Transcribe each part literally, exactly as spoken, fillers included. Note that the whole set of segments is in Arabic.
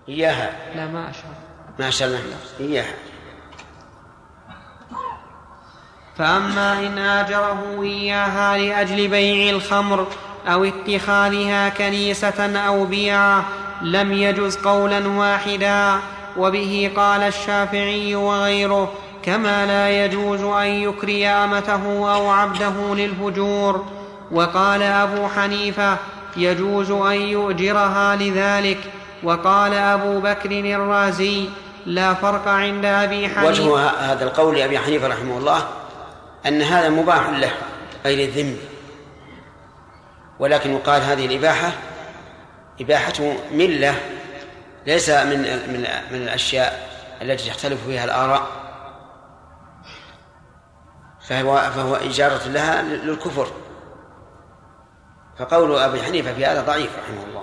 إياها. لا ما أشار ما شاء الله إياها. فأما إن آجره إياها لأجل بيع الخمر أو اتخاذها كنيسة أو بيعة لم يجز قولا واحدا، وبه قال الشافعي وغيره، كما لا يجوز أن يكري أمته أو عبده للفجور. وقال أبو حنيفة يجوز أن يؤجرها لذلك. وقال أبو بكر الرازي لا فرق عند أبي حنيفة. وجه هذا القول لأبي حنيفة رحمه الله أن هذا مباح له أي للذم، ولكن يقال هذه الإباحة إباحة ملة، ليس من من من الأشياء التي تختلف فيها الآراء، فهو فهو إجارة لها للكفر. فقول أبي حنيفة في هذا ضعيف رحمه الله.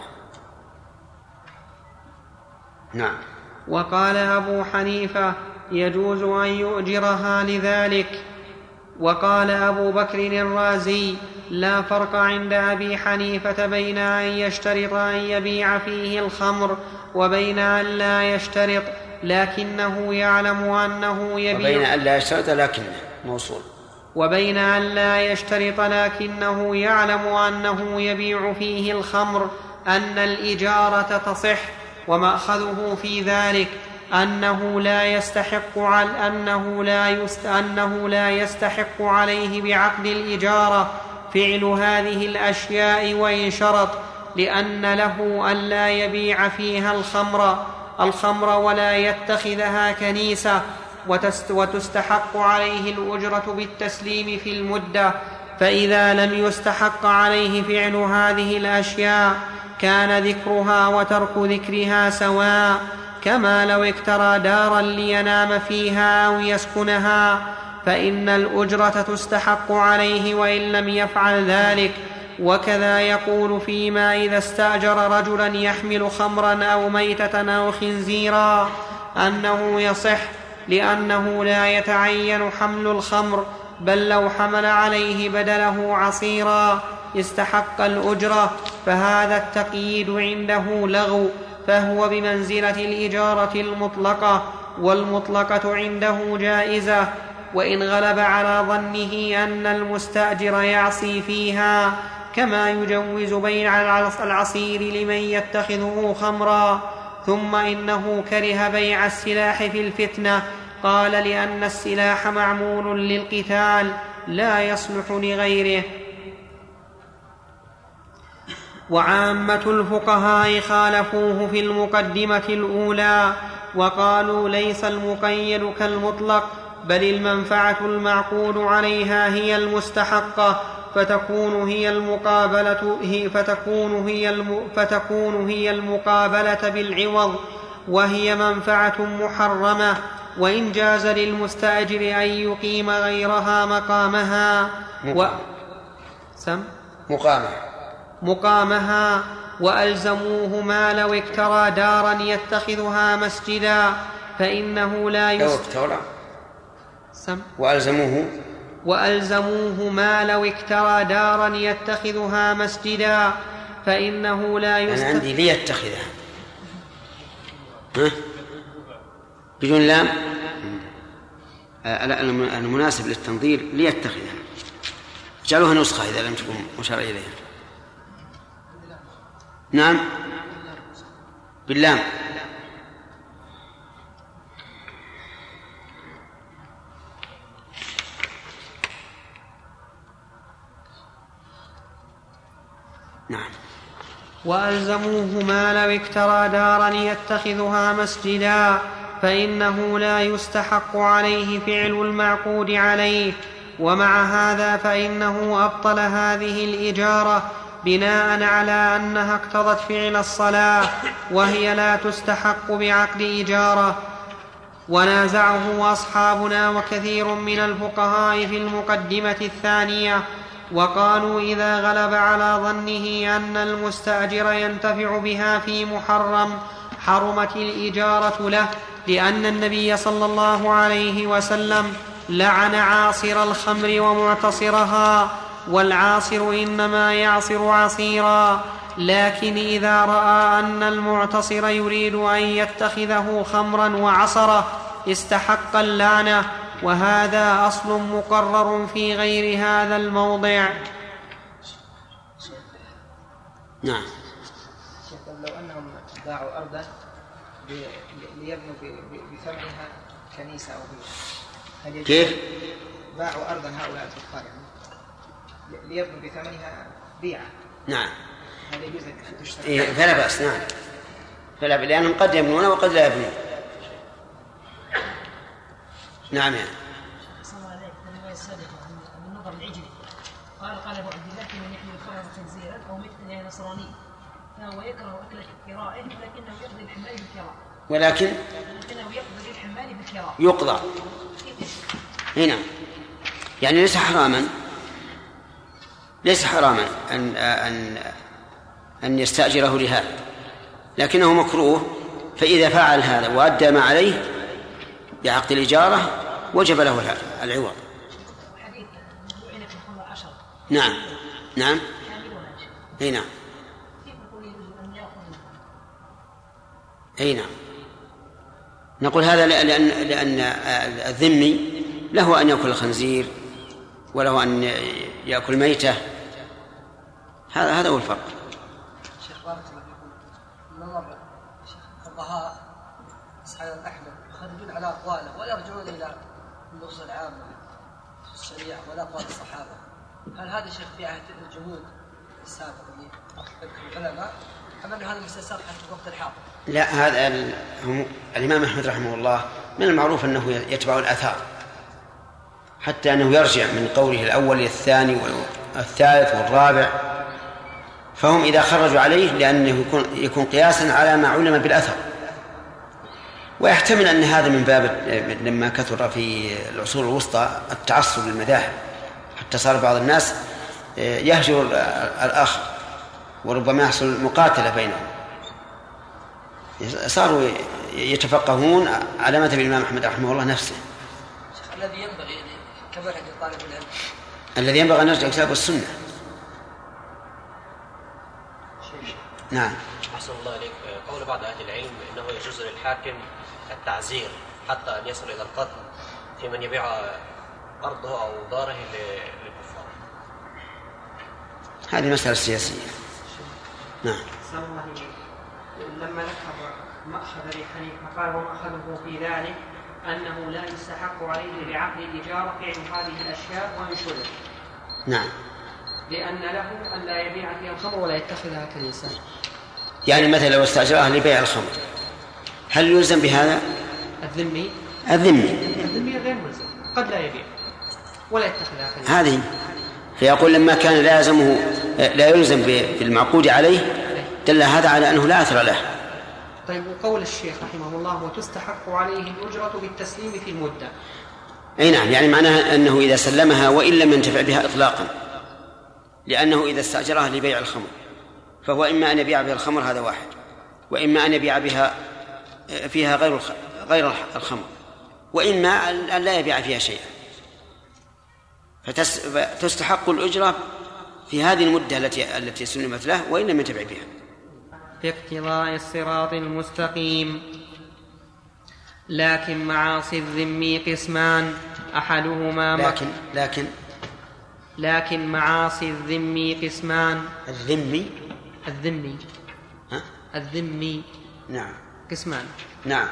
نعم. وقال أبو حنيفة يجوز أن يؤجرها لذلك. وقال أبو بكر الرازي لا فرق عند أبي حنيفة بين أن يشترط أن يبيع فيه الخمر وبين أن لا يشترط لكنه يعلم أنه يبيع، وبين أن لا يشترط لكنه موصول، وبين أن لا يشترط لكنه يعلم أنه يبيع فيه الخمر أن الإجارة تصح. ومأخذه في ذلك أنه لا يستحق على أنه لا يست أنه لا يستحق عليه بعقد الإجارة فعل هذه الأشياء وإن شرط، لأن له أن لا يبيع فيها الخمر الخمر ولا يتخذها كنيسة، وتستحق عليه الأجرة بالتسليم في المدة. فإذا لم يستحق عليه فعل هذه الأشياء كان ذكرها وترك ذكرها سواء، كما لو اكترى دارا لينام فيها أو يسكنها، فإن الأجرة تستحق عليه وإن لم يفعل ذلك. وكذا يقول فيما إذا استأجر رجلا يحمل خمرا أو ميتة أو خنزيرا أنه يصح، لأنه لا يتعين حمل الخمر، بل لو حمل عليه بدله عصيرا استحق الأجرة، فهذا التقييد عنده لغو، فهو بمنزلة الإجارة المطلقة، والمطلقة عنده جائزة، وإن غلب على ظنه أن المستأجر يعصي فيها، كما يجوز بيع العصير لمن يتخذه خمرا. ثم إنه كره بيع السلاح في الفتنة، قال لأن السلاح معمول للقتال لا يصلح لغيره. وعامة الفقهاء خالفوه في المقدمة الأولى، وقالوا ليس المقيد كالمطلق، بل المنفعة المعقود عليها هي المستحقة، فتكون هي المقابلة هي فتكون هي الم فتكون هي المقابلة بالعوض، وهي منفعة محرمة، وإن جاز للمستأجر أن يقيم غيرها مقامها و... سم مقامها مقامها وألزموه ما لو اكترى دارا يتخذها مسجدا، فإنه لا يست... سم وألزموه وألزموه ما لو اكترى دارا يتخذها مسجدا، فإنه لا يست... أنا عندي ليتخذها ها؟ بدون لام. المناسب للتنظير ليتخذها، جعلوها نسخة إذا لم تكن مشار إليها. نعم باللام. نعم. وألزموه ما لو اكترى دارا يتخذها مسجدا، فإنه لا يستحق عليه فعل المعقود عليه. ومع هذا فإنه أبطل هذه الإجارة بناء على أنها اقتضت فعل الصلاة، وهي لا تستحق بعقد إجارة. ونازعه أصحابنا وكثير من الفقهاء في المقدمة الثانية، وقالوا إذا غلب على ظنه أن المستأجر ينتفع بها في محرم حرمت الإجارة له، لأن النبي صلى الله عليه وسلم لعن عاصر الخمر ومعتصرها، والعاصر إنما يعصر عصيرا، لكن إذا رأى أن المعتصر يريد أن يتخذه خمرا وعصره استحق اللعنة، وهذا أصل مقرر في غير هذا الموضع. نعم. لو أنهم باعوا أرضا ليبنوا بثمنها كنيسة أو بيت، كيف؟ باعوا أرضا هؤلاء الكفار يعني ليبنوا بثمنها بيعة. نعم. هل يجوز أن تشتري؟ إيه فلا بأس. نعم فلا بأس، لأنهم قد يبنون وقد لا يبنون. نعم يعني. صلى الله عليه وسلم السابقة عن النظر العجلي قال قال أبو عبد الله في من يحمل خمرا خنزيرا أو مثل نصراني فهو يكره أكل كرائه ولكنه يقضي الحمال بالكراء. ولكن لكنه يقضي الحمال بالكراء. يقضى. هنا يعني ليس حراما ليس حراما أن أن أن يستأجره لهذا، لكنه مكروه. فإذا فعل هذا وأدى ما عليه بعقد الإجارة وجب له العوض. نعم نعم أي نعم أي نعم. نقول هذا لأن لأن الذمي له أن يأكل الخنزير وله أن يأكل ميتة. هذا هذا هو الفرق. شيخ بارك الله فيكم، نظر الفقهاء أصحاب الأحمد يخرجون على أقواله ولا يرجعون إلى النصوص العامة في الشريعة ولا أقوال الصحابة. هل هذا شيخ في عهد الجمود السابق العلماء أم أن هذا مستساغ حتى في وقت الحاضر؟ لا، هذا الإمام أحمد رحمه الله من المعروف أنه يتبع الآثار، حتى أنه يرجع من قوله الأول للثاني والثالث والرابع. فهم إذا خرجوا عليه لأنه يكون, يكون قياسا على ما علم بالأثر. ويحتمل أن هذا من باب لما كثر في العصور الوسطى التعصب للمذاهب، حتى صار بعض الناس يهجر الآخر وربما يحصل مقاتلة بينهم، صاروا يتفقهون على مذهب الإمام أحمد رحمه الله نفسه. الذي ينبغي كما حديث طالب العلم الذي ينبغي أن نرجع الكتاب والسنة. نعم. أحسن الله عليك. قول بعض أهل العلم إنه يجوز للحاكم التعزير حتى أن يصل إلى القتل في من يبيع أرضه أو داره للكفار. هذه مسألة سياسية. نعم. لما ذكر مأخذ أبي حنيفة قال ومأخذه في ذلك أنه لا يستحق عليه بعقد الإجارة فعل هذه الأشياء وينشره. نعم. لأن له أن لا يبيع فيها الخمر ولا يتخذها كنيسة. يعني مثلا لو استأجرها لبيع الخمر هل يلزم بهذا؟ الذمي الذمي الذمي غير ملزم، قد لا يبيع ولا يتخذها كنيسة. هذه فيقول لما كان لازمه لا يلزم بالمعقود عليه دل هذا على أنه لا أثر له. طيب وقول الشيخ رحمه الله وتستحق عليه الأجرة بالتسليم في المدة. أي نعم، يعني معناها أنه إذا سلمها وإن لم ينتفع بها إطلاقا، لأنه إذا استأجرها لبيع الخمر فهو إما أن يبيع بها الخمر هذا واحد، وإما أن يبيع بها فيها غير غير الخمر، وإما أن لا يبيع فيها شيئا. فتستحق الأجرة في هذه المدة التي التي سلمت له وإن لم ينتفع بها. في اقتضاء الصراط المستقيم. لكن معاصي الذمي قسمان أحدهما لكن لكن لكن معاصي الذمي قسمان. الذمي الذمي ها؟ الذمي نعم قسمان. نعم.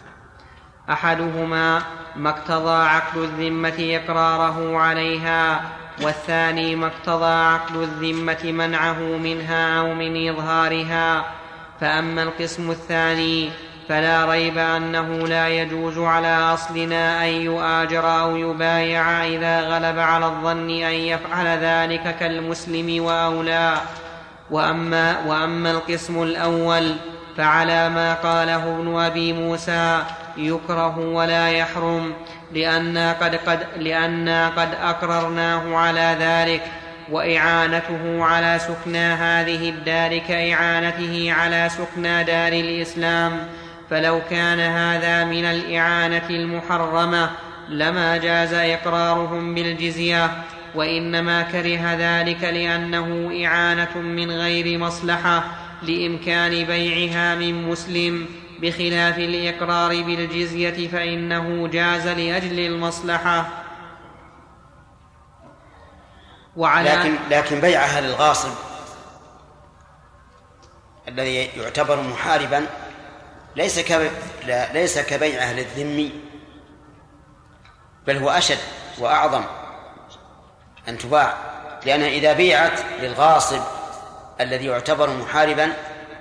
أحدهما ما اقتضى عقد الذمة إقراره عليها، والثاني ما اقتضى عقد الذمة منعه منها أو من إظهارها. فأما القسم الثاني فلا ريب أنه لا يجوز على أصلنا أن يؤاجر أو يبايع إذا غلب على الظن أن يفعل ذلك كالمسلم وأولى. وأما, وأما القسم الأول فعلى ما قاله ابن أبي موسى يكره ولا يحرم، لأننا قد, قد, لأننا قد أقررناه على ذلك، وإعانته على سكنى هذه الدار كإعانته على سكنى دار الإسلام. فلو كان هذا من الإعانة المحرمة لما جاز إقرارهم بالجزية، وإنما كره ذلك لأنه إعانة من غير مصلحة لإمكان بيعها من مسلم، بخلاف الإقرار بالجزية فإنه جاز لأجل المصلحة. وعلى لكن, لكن بيعها للغاصب الذي يعتبر محاربا ليس ليس كبيعها للذمي، بل هو أشد وأعظم أن تباع، لأنها إذا بيعت للغاصب الذي يعتبر محاربا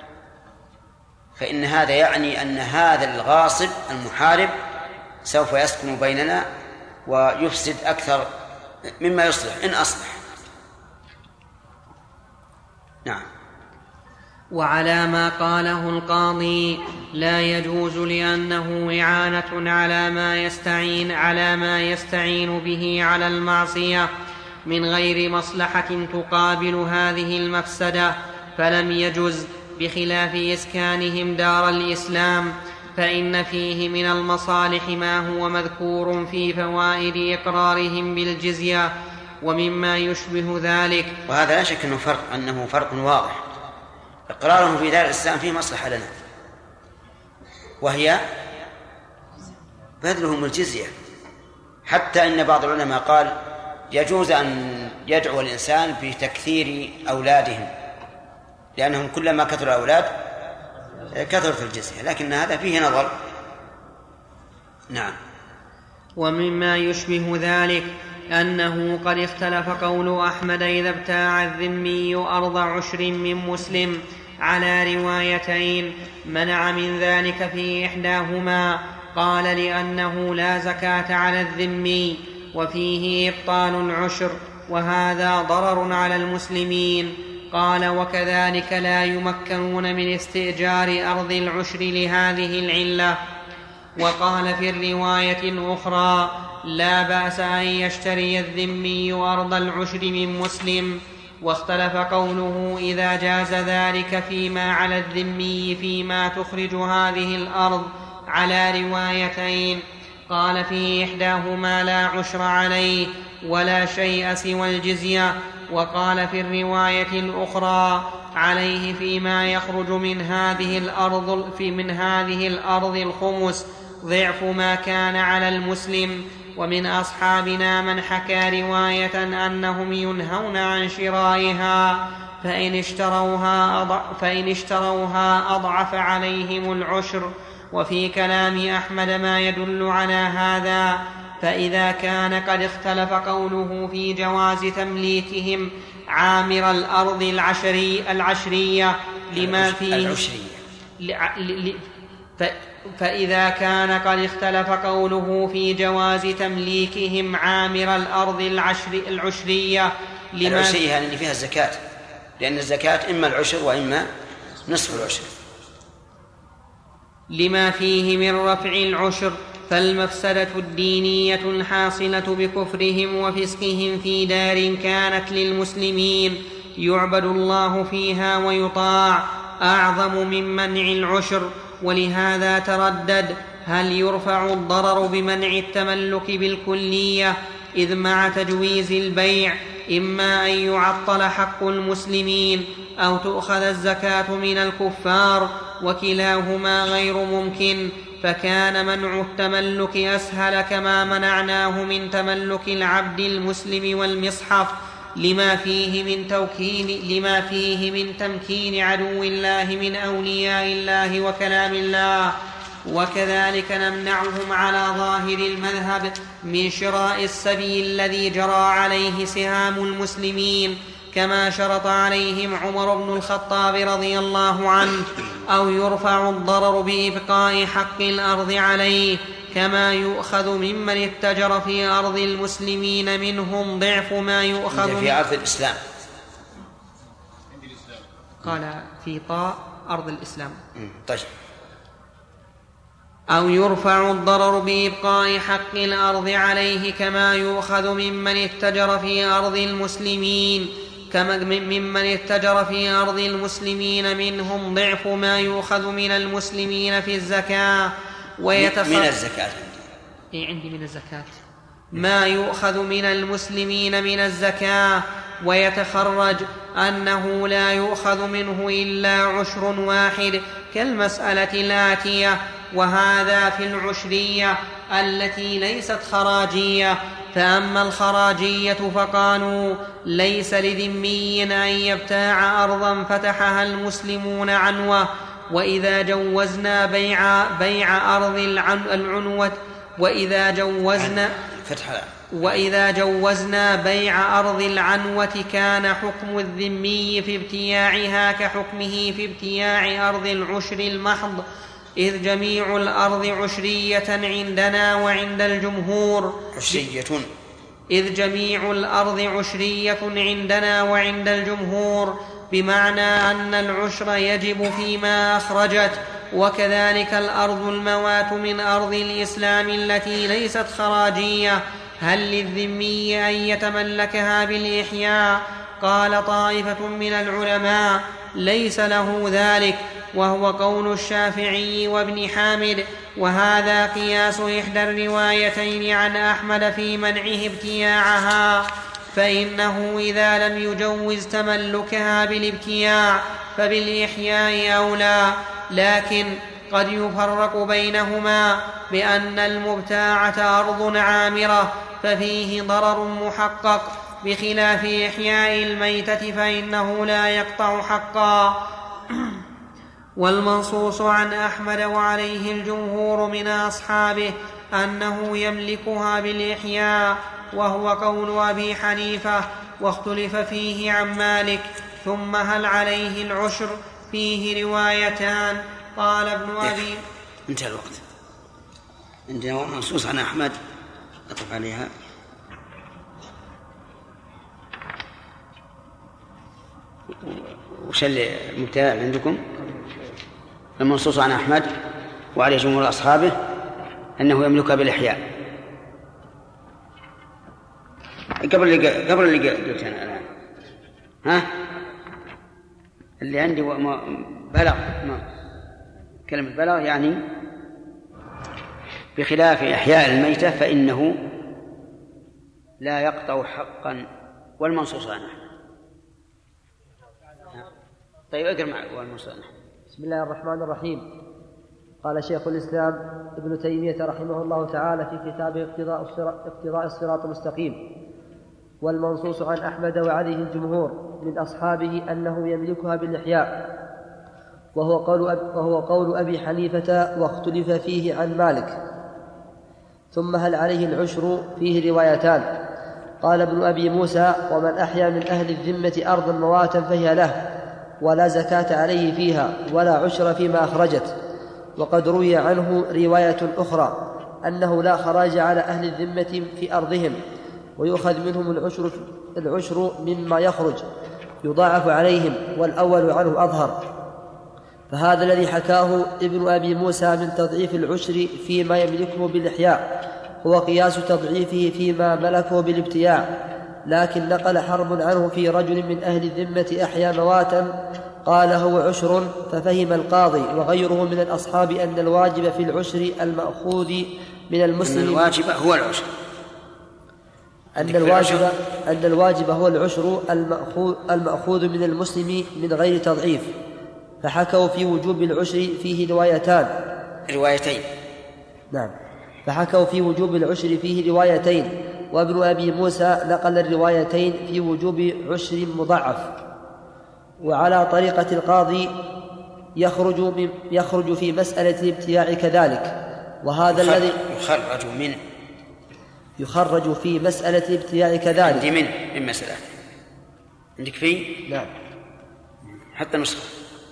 فإن هذا يعني أن هذا الغاصب المحارب سوف يسكن بيننا ويفسد أكثر مما يصلح إن أصلح. نعم. وعلى ما قاله القاضي لا يجوز لأنه إعانة على ما يستعين على ما يستعين به على المعصية من غير مصلحة تقابل هذه المفسدة، فلم يجز، بخلاف إسكانهم دار الإسلام فإن فيه من المصالح ما هو مذكور في فوائد إقرارهم بالجزية ومما يشبه ذلك. وهذا لا شك أنه فرق, أنه فرق واضح. إقرارهم في دار الإسلام فيه مصلحة لنا، وهي بذلهم الجزية، حتى إن بعض العلماء قال يجوز أن يدعو الإنسان بتكثير أولادهم، لأنهم كلما كثر الأولاد كثرت الجزية، لكن هذا فيه نظر. نعم. ومما يشبه ذلك أنه قد اختلف قول أحمد إذا ابتاع الذمي أرض عشر من مسلم على روايتين، منع من ذلك في إحداهما قال لأنه لا زكاة على الذمي وفيه إبطال العشر وهذا ضرر على المسلمين، قال وكذلك لا يمكنون من استئجار أرض العشر لهذه العلة. وقال في الرواية الأخرى لا بأس أن يشتري الذمي أرض العشر من مسلم، واختلف قوله إذا جاز ذلك فيما على الذمي فيما تخرج هذه الأرض على روايتين، قال في إحداهما لا عشر عليه ولا شيء سوى الجزية، وقال في الرواية الأخرى عليه فيما يخرج من هذه الأرض في من هذه الأرض الخمس ضعف ما كان على المسلم. ومن أصحابنا من حكى رواية أنهم ينهون عن شرائها فإن اشتروها أضعف, فإن اشتروها أضعف عليهم العشر. وفي كلام أحمد ما يدل على هذا، فإذا كان قد اختلف قوله في جواز تمليكهم عامر الأرض العشري العشرية لما فيه فإذا كان قد اختلف قوله في جواز تمليكهم عامر الأرض العشر العشرية لما العشرية يعني فيها الزكاة، لأن الزكاة إما العشر وإما نصف العشر، لما فيه من رفع العشر، فالمفسدة الدينية الحاصلة بكفرهم وفسقهم في دار كانت للمسلمين يعبد الله فيها ويطاع أعظم من منع العشر. ولهذا تردد هل يرفع الضرر بمنع التملك بالكلية، إذ مع تجويز البيع إما أن يعطل حق المسلمين أو تؤخذ الزكاة من الكفار، وكلاهما غير ممكن، فكان منع التملك أسهل كما منعناه من تملك العبد المسلم والمصحف لما فيه من توكيل لما فيه من تمكين عدو الله من أولياء الله وكلام الله. وكذلك نمنعهم على ظاهر المذهب من شراء السبي الذي جرى عليه سهام المسلمين، كما شرط عليهم عمر بن الخطاب رضي الله عنه، أو يرفع الضرر بإبقاء حق الأرض عليه، كما يؤخذ ممن اتجر في أرض المسلمين منهم ضعف ما يؤخذ في أرض الإسلام. قال في طاء أرض الإسلام. طيب. أو يرفع الضرر بإبقاء حق الأرض عليه، كما يؤخذ ممن اتجر في أرض المسلمين كما ممن اتجر في أرض المسلمين منهم ضعف ما يؤخذ من المسلمين في الزكاة ويتخ... من الزكاة إيه عندي من الزكاة ما يؤخذ من المسلمين من الزكاة، ويتخرج أنه لا يؤخذ منه إلا عشر واحد كالمسألة الآتية، وهذا في العشرية التي ليست خراجية. فأما الخراجية فقالوا ليس لذمي أن يبتاع أرضا فتحها المسلمون عنوة، وإذا جوزنا بيع, بيع أرض العنوة وإذا جوزنا فتح وإذا جوزنا بيع أرض العنوة كان حكم الذمي في ابتياعها كحكمه في ابتياع أرض العشر المحض، إذ جميع الأرض عشرية عندنا وعند الجمهور عشرية إذ جميع الأرض عشرية عندنا وعند الجمهور، بمعنى أن العشر يجب فيما أخرجت. وكذلك الأرض الموات من أرض الإسلام التي ليست خراجية، هل للذمي أن يتملكها بالإحياء؟ قال طائفة من العلماء ليس له ذلك، وهو قول الشافعي وابن حامد، وهذا قياس إحدى الروايتين عن أحمد في منعه ابتياعها، فإنه إذا لم يجوز تملكها بالابتياع فبالإحياء أولى. لكن قد يفرق بينهما بأن المبتاعة أرض عامرة ففيه ضرر محقق، بخلاف إحياء الميتة فإنه لا يقطع حقا. والمنصوص عن أحمد وعليه الجمهور من أصحابه أنه يملكها بالإحياء، وهو قول أبي حنيفة، واختلف فيه عن مالك. ثم هل عليه العشر؟ فيه روايتان. قال ابن أبي انتهى الوقت. عندنا منصوص عن أحمد أطف عليها. وش المبتدأ عندكم؟ المنصوص عن أحمد وعليه جمهور أصحابه أنه يملكها بالإحياء. قبل اللي قبل اللي قلت أنا الآن ها اللي عندي بلغ كلمة بلغ يعني بخلاف إحياء الميتة فإنه لا يقطع حقا، والمنصوص عنه. طيب اقرأ معه والمنصوص عنه. بسم الله الرحمن الرحيم. قال شيخ الإسلام ابن تيمية رحمه الله تعالى في كتابه اقتضاء الصراط المستقيم: والمنصوص عن أحمد وعليه الجمهور من أصحابه أنه يملكها بالإحياء، وهو قول, وهو قول أبي حنيفة، واختلف فيه عن مالك. ثم هل عليه العشر؟ فيه روايتان. قال ابن أبي موسى: ومن أحيا من أهل الذمة أرضا مواتا فهي له، ولا زكاة عليه فيها ولا عشر فيما أخرجت. وقد روي عنه رواية أخرى أنه لا خراج على أهل الذمة في أرضهم، ويؤخذ منهم العشر, العشر مما يخرج يضاعف عليهم، والأول عنه أظهر. فهذا الذي حكاه ابن أبي موسى من تضعيف العشر فيما يملكه بالإحياء هو قياس تضعيفه فيما ملكه بالابتياع. لكن نقل حرب عنه في رجل من أهل الذمة أحيا مواتا قال هو عشر، ففهم القاضي وغيره من الأصحاب أن الواجب في العشر المأخوذ من المسلم، أن الواجب هو العشر أن الواجب, أن الواجب هو العشر المأخوذ, المأخوذ من المسلم من غير تضعيف. فحكوا في وجوب العشر فيه روايتان روايتين نعم فحكوا في وجوب العشر فيه روايتين وابن أبي موسى نقل الروايتين في وجوب عشر مضاعف. وعلى طريقة القاضي يخرج, من يخرج في مسألة الابتياع كذلك، وهذا يخرج الذي يخرج من يخرج في مسألة الابتياع كذلك. عندي من من مسألة عندك فيه نعم حتى نسخة.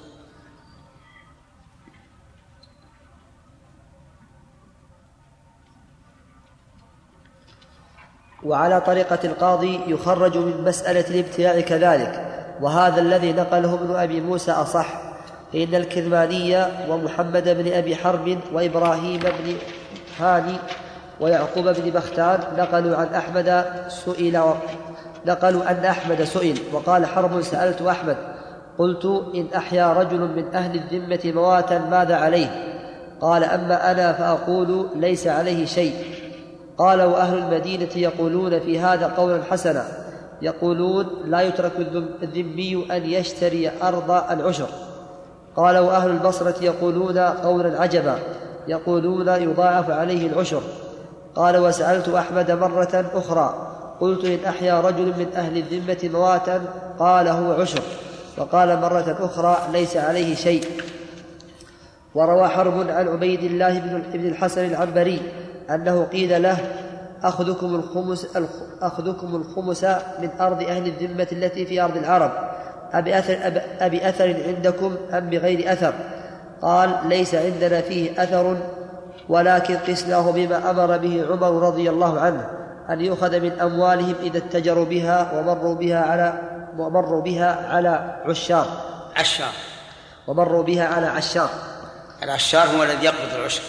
وعلى طريقة القاضي يخرج من مسألة الابتياع كذلك، وهذا الذي نقله ابن أبي موسى أصح، فإن الكرماني ومحمد بن أبي حرب وإبراهيم بن هاني ويعقوب بن بختان نقلوا عن أحمد سئل و... نقلوا أن أحمد سئل وقال حرب: سألت أحمد قلت: إن أحيا رجل من أهل الذمة مواتا ماذا عليه؟ قال: أما أنا فأقول ليس عليه شيء، قال وأهل المدينة يقولون في هذا قولا حسنا، يقولون لا يترك الذمي أن يشتري أرض العشر. قال وأهل البصرة يقولون قولا عجبا، يقولون يضاعف عليه العشر. قال وسألت أحمد مرة أخرى قلت إن أحيا رجل من أهل الذمة مواتا قال هو عشر، وقال مرة أخرى ليس عليه شيء. وروى حرب عن عبيد الله بن الحسن العنبري أنه قيل له أخذكم الخمس, أخذكم الخمس من أرض أهل الذمة التي في أرض العرب أبي أثر, أبي أثر عندكم أم بغير أثر؟ قال ليس عندنا فيه أثر، ولكن قسناه بما أمر به عمر رضي الله عنه أن يؤخذ من أموالهم إذا اتجروا بها ومروا بها على ومروا بها على عشار عشار ومروا بها على عشار. العشار هو الذي يقبض العشر.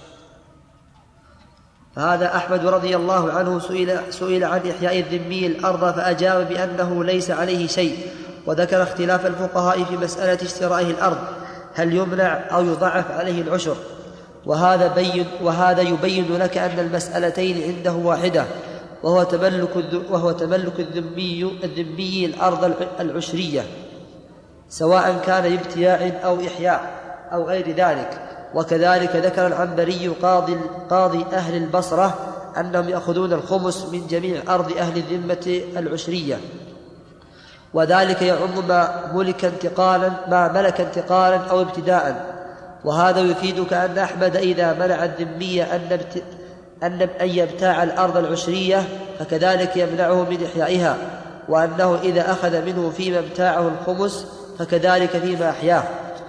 فهذا أحمد رضي الله عنه سئل, سئل عن إحياء الذمي الأرض فأجاب بأنه ليس عليه شيء، وذكر اختلاف الفقهاء في مسألة اشترائه الأرض، هل يمنع أو يضعف عليه العشر. وهذا, بين وهذا يبين لك أن المسألتين عنده واحدة، وهو تملك, وهو تملك الذمي, الذمي الأرض العشرية، سواء كان بابتياع أو إحياء أو غير ذلك. وكذلك ذكر العنبري قاضي, قاضي أهل البصرة أنهم يأخذون الخمس من جميع أرض أهل الذمة العشرية، وذلك يعم ما ملك انتقالا ما ملك انتقالا أو ابتداء. وهذا يفيدك أن أحمد إذا منع الذمي أن, أن يبتاع الأرض العشرية فكذلك يمنعه من إحيائها، وأنه إذا أخذ منه فيما ابتاعه الخمس فكذلك فيما أحياه.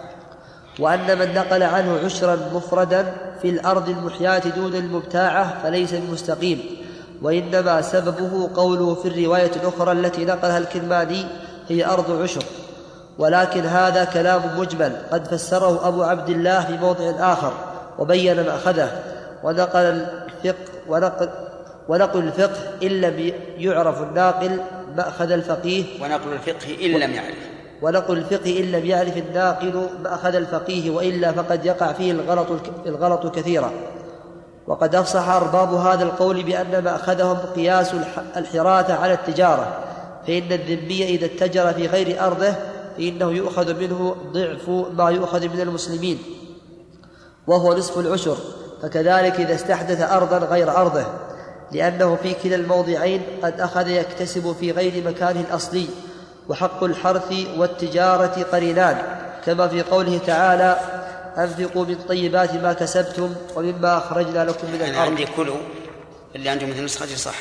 وأن من نقل عنه عشرا مفردا في الأرض المحياة دون المبتاعة فليس بمستقيم، وإنما سببه قوله في الرواية الأخرى التي نقلها الكرماني هي أرض عشر. ولكن هذا كلام مجمل قد فسره أبو عبد الله في موضع آخر وبين مأخذه. ونقل الفقه ونقل, ونقل الفقه إن لم يعرف الناقل مأخذ الفقيه ونقل الفقه إن لم يعرف ونقل الفقه إن لم يعرف الناقل مأخذ الفقيه، وإلا فقد يقع فيه الغلط, الغلط كثيرا. وقد أفصح أرباب هذا القول بأن مأخذهم قياس الحراثة على التجارة، فإن الذمي إذا اتجر في غير أرضه فإنه يؤخذ منه ضعف ما يؤخذ من المسلمين، وهو نصف العشر. فكذلك إذا استحدث أرضا غير أرضه، لأنه في كلا الموضعين قد أخذ يكتسب في غير مكانه الأصلي. وحق الحرث والتجارة قرينان، كما في قوله تعالى أنفقوا من طيبات ما كسبتم ومما أخرجنا لكم من الأرض. أنا عندي كلوا اللي عنده مثل نسخة صح.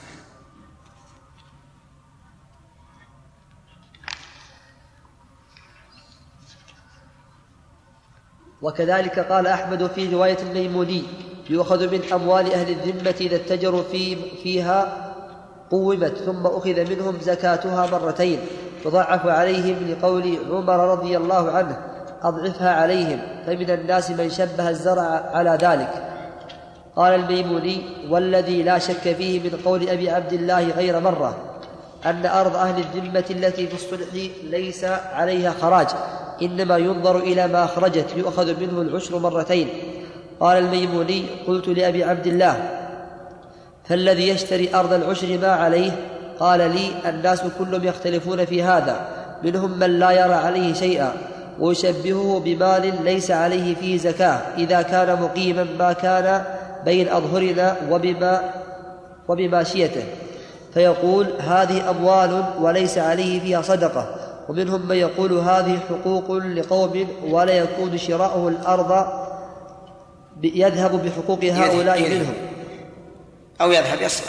وكذلك قال أحمد في رواية الميموني يؤخذ من أموال أهل الذمة إذا اتجروا في فيها قومت ثم أخذ منهم زكاتها مرتين، تضعف عليهم لقول عمر رضي الله عنه أضعفها عليهم، فمن الناس من شبه الزرع على ذلك. قال الميموني والذي لا شك فيه من قول أبي عبد الله غير مرة أن أرض أهل الذمة التي في الصلح ليس عليها خراج، إنما ينظر إلى ما أخرجت يؤخذ منه العشر مرتين. قال الميموني قلت لأبي عبد الله فالذي يشتري أرض العشر ما عليه؟ قال لي الناس كلهم يختلفون في هذا، منهم من لا يرى عليه شيئا، ويشبهه بمال ليس عليه فيه زكاة إذا كان مقيما ما كان بين أظهرنا وبما وبماشيته، فيقول هذه أموال وليس عليه فيها صدقة. ومنهم من يقول هذه حقوق لقوم ولا يكون شراؤه الأرض يذهب بحقوق هؤلاء يذهب منهم أو يذهب يصلح.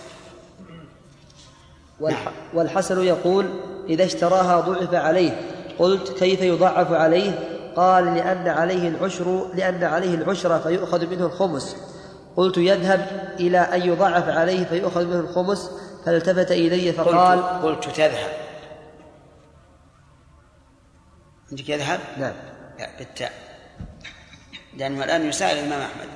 والحسن يقول إذا اشتراها ضعف عليه. قلت كيف يضعف عليه؟ قال لأن عليه العشر لأن عليه العشر فيؤخذ منه الخمس. قلت يذهب إلى أن يضعف عليه فيؤخذ منه الخمس، فالتفت إلي فقال قلت, قلت تذهب عندك يذهب؟ نعم. لا بالتاء، لأنه الآن يسائل الإمام أحمد.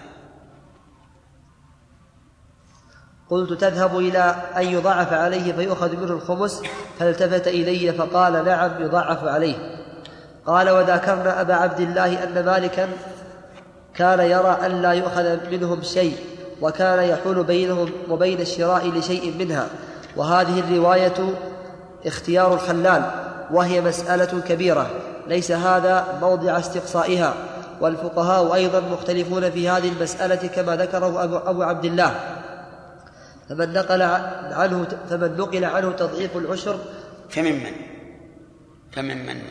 قلت تذهب إلى أن يضعف عليه فيؤخذ منه الخمس، فالتفت إلي فقال نعم يضعف عليه. قال وذكرنا أبا عبد الله أن مالكا كان يرى أن لا يؤخذ منهم شيء، وكان يحول بينهم وبين الشراء لشيء منها. وهذه الرواية اختيار الخلال، وهي مسألة كبيرة ليس هذا موضع استقصائها، والفقهاء أيضا مختلفون في هذه المسألة كما ذكره أبو عبد الله. فمن نقل عنه فمن نقل عنه تضعيف العشر فممن فممن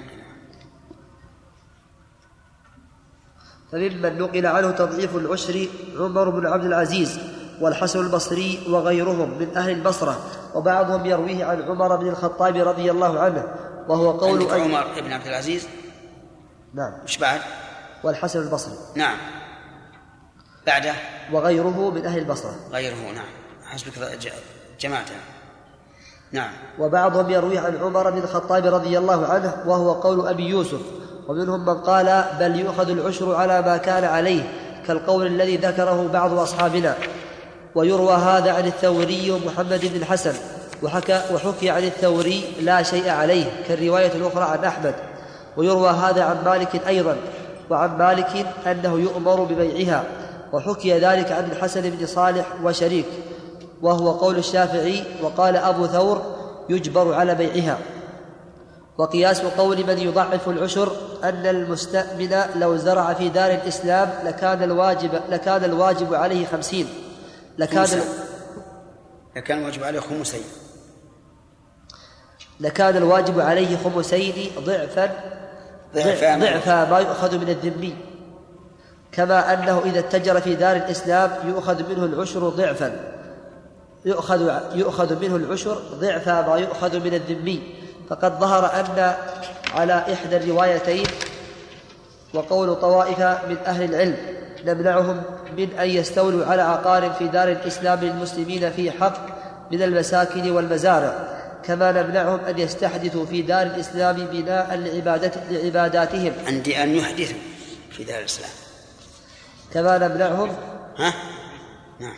فممن نقل عنه تضعيف العشر عمر بن عبد العزيز والحسن البصري وغيرهم من أهل البصرة، وبعضهم يرويه عن عمر بن الخطاب رضي الله عنه، وهو قول عمر بن عبد العزيز. نعم. مش بعد؟ والحسن البصري. نعم. بعده وغيره من أهل البصرة. غيره نعم، حسبك جماعته. نعم. وبعضهم يروي عن عمر بن الخطاب رضي الله عنه، وهو قول أبي يوسف. ومنهم من قال بل يؤخذ العشر على ما كان عليه، كالقول الذي ذكره بعض أصحابنا. ويروى هذا عن الثوري ومحمد بن الحسن، وحكى وحكي عن الثوري لا شيء عليه، كالرواية الأخرى عن أحمد. ويروى هذا عن مالك أيضا، وعن مالك أنه يؤمر ببيعها، وحكي ذلك عن الحسن بن صالح وشريك، وهو قول الشافعي. وقال أبو ثور يجبر على بيعها. وقياس قول من يضعف العشر أن المستأمن لو زرع في دار الإسلام لكان الواجب, لكان الواجب عليه خمسين لكان, لكان الواجب عليه خمسين لكان الواجب عليه خمسين ضعفا ضعف ما يؤخذ من الذمي، كما أنه إذا اتجر في دار الإسلام يؤخذ منه العشر ضعفا يؤخذ, يؤخذ منه العشر ضعف ما يؤخذ من الذمي. فقد ظهر أن على إحدى الروايتين وقول طوائف من أهل العلم نمنعهم من أن يستولوا على عقار في دار الإسلام للمسلمين في حق من المساكن والمزارع، كما نمنعهم أن يستحدثوا في دار الإسلام بناء لعباداتهم. عندي أن يحدثوا في دار الإسلام، كما نمنعهم ها؟ نعم.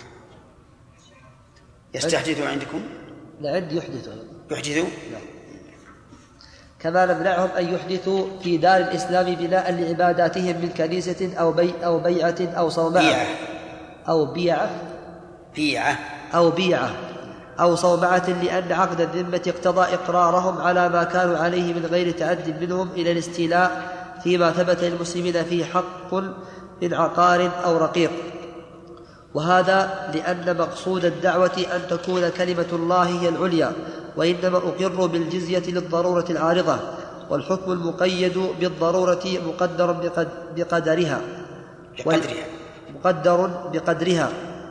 يستحدثوا عندكم؟ لا، عندي يحدثوا يحدثوا؟ لا. كما نمنعهم أن يحدثوا في دار الإسلام بناء لعباداتهم من كنيسة أو, بي أو بيعة أو صومعة بيعة أو بيعة بيعة أو بيعة أو صومعة، لأن عقد الذمة اقتضى إقرارهم على ما كانوا عليه من غير تعد منهم إلى الاستيلاء فيما ثبت للمسلمين فيه حق من عقار أو رقيق. وهذا لأن مقصود الدعوة أن تكون كلمة الله هي العليا، وإنما أقر بالجزية للضرورة العارضة، والحكم المقيد بالضرورة مقدر بقدرها بقدرها مقدر بقدرها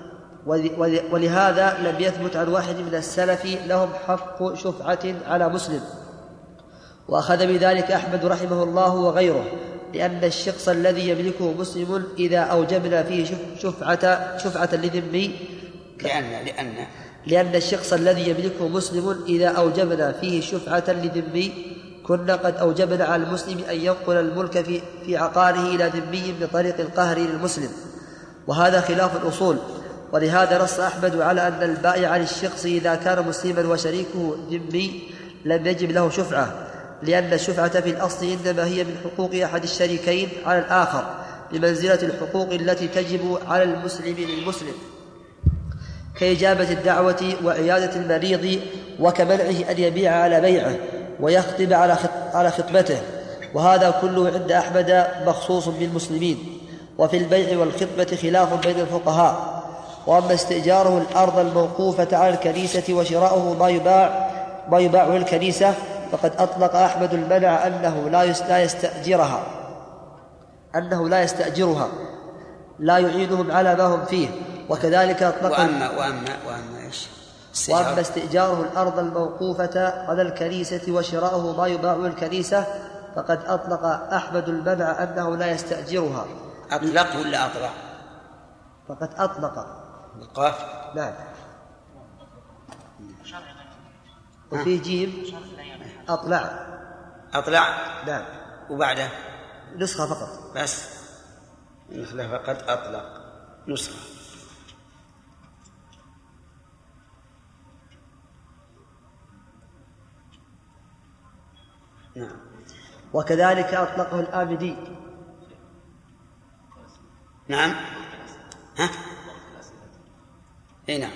ولهذا لم يثبت عن واحد من السلف لهم حق شفعة على مسلم. وأخذ بذلك أحمد رحمه الله وغيره، لأن الشخص الذي يملكه مسلم إذا أوجبنا فيه شفعة, شفعة لذمي لأن, لأن, لأن الشخص الذي يملكه مسلم إذا أوجبنا فيه شفعة لذمي كنا قد أوجبنا على المسلم أن ينقل الملك في, في عقاره إلى ذمي بطريق القهر للمسلم، وهذا خلاف الأصول. ولهذا نص أحمد على أن البائع للشخص إذا كان مسلما وشريكه ذمي لم يجب له شفعة، لأن الشفعة في الأصل إنما هي من حقوق أحد الشريكين على الآخر بمنزلة الحقوق التي تجب على المسلم للمسلم، كإجابة الدعوة وعيادة المريض، وكمنعه أن يبيع على بيعه ويخطب على خطبته. وهذا كله عند أحمد مخصوص بالمسلمين. وفي البيع والخطبة خلاف بين الفقهاء. وأما استئجاره الأرض الموقوفة على الكنيسة وشراؤه ما يباع ما يباع الكنيسة فقد أطلق أحمد المنع أنه لا يستأجرها أنه لا يستأجرها لا يعينهم على ما هم فيه. وكذلك أطلق وأما, وأما, وأما, إيش؟ وأما استئجاره الأرض الموقوفة على الكنيسة وشراؤه ما يباع الكنيسة فقد أطلق أحمد المنع أنه لا يستأجرها. أطلق ولا أطلق؟ فقد أطلق القاف. نعم. وفي جيم أطلع أطلع. نعم. وبعده نسخة فقط بس، نسخة فقط أطلق نسخة. نعم. وكذلك أطلقه الآمدي. نعم. ها؟ اي نعم.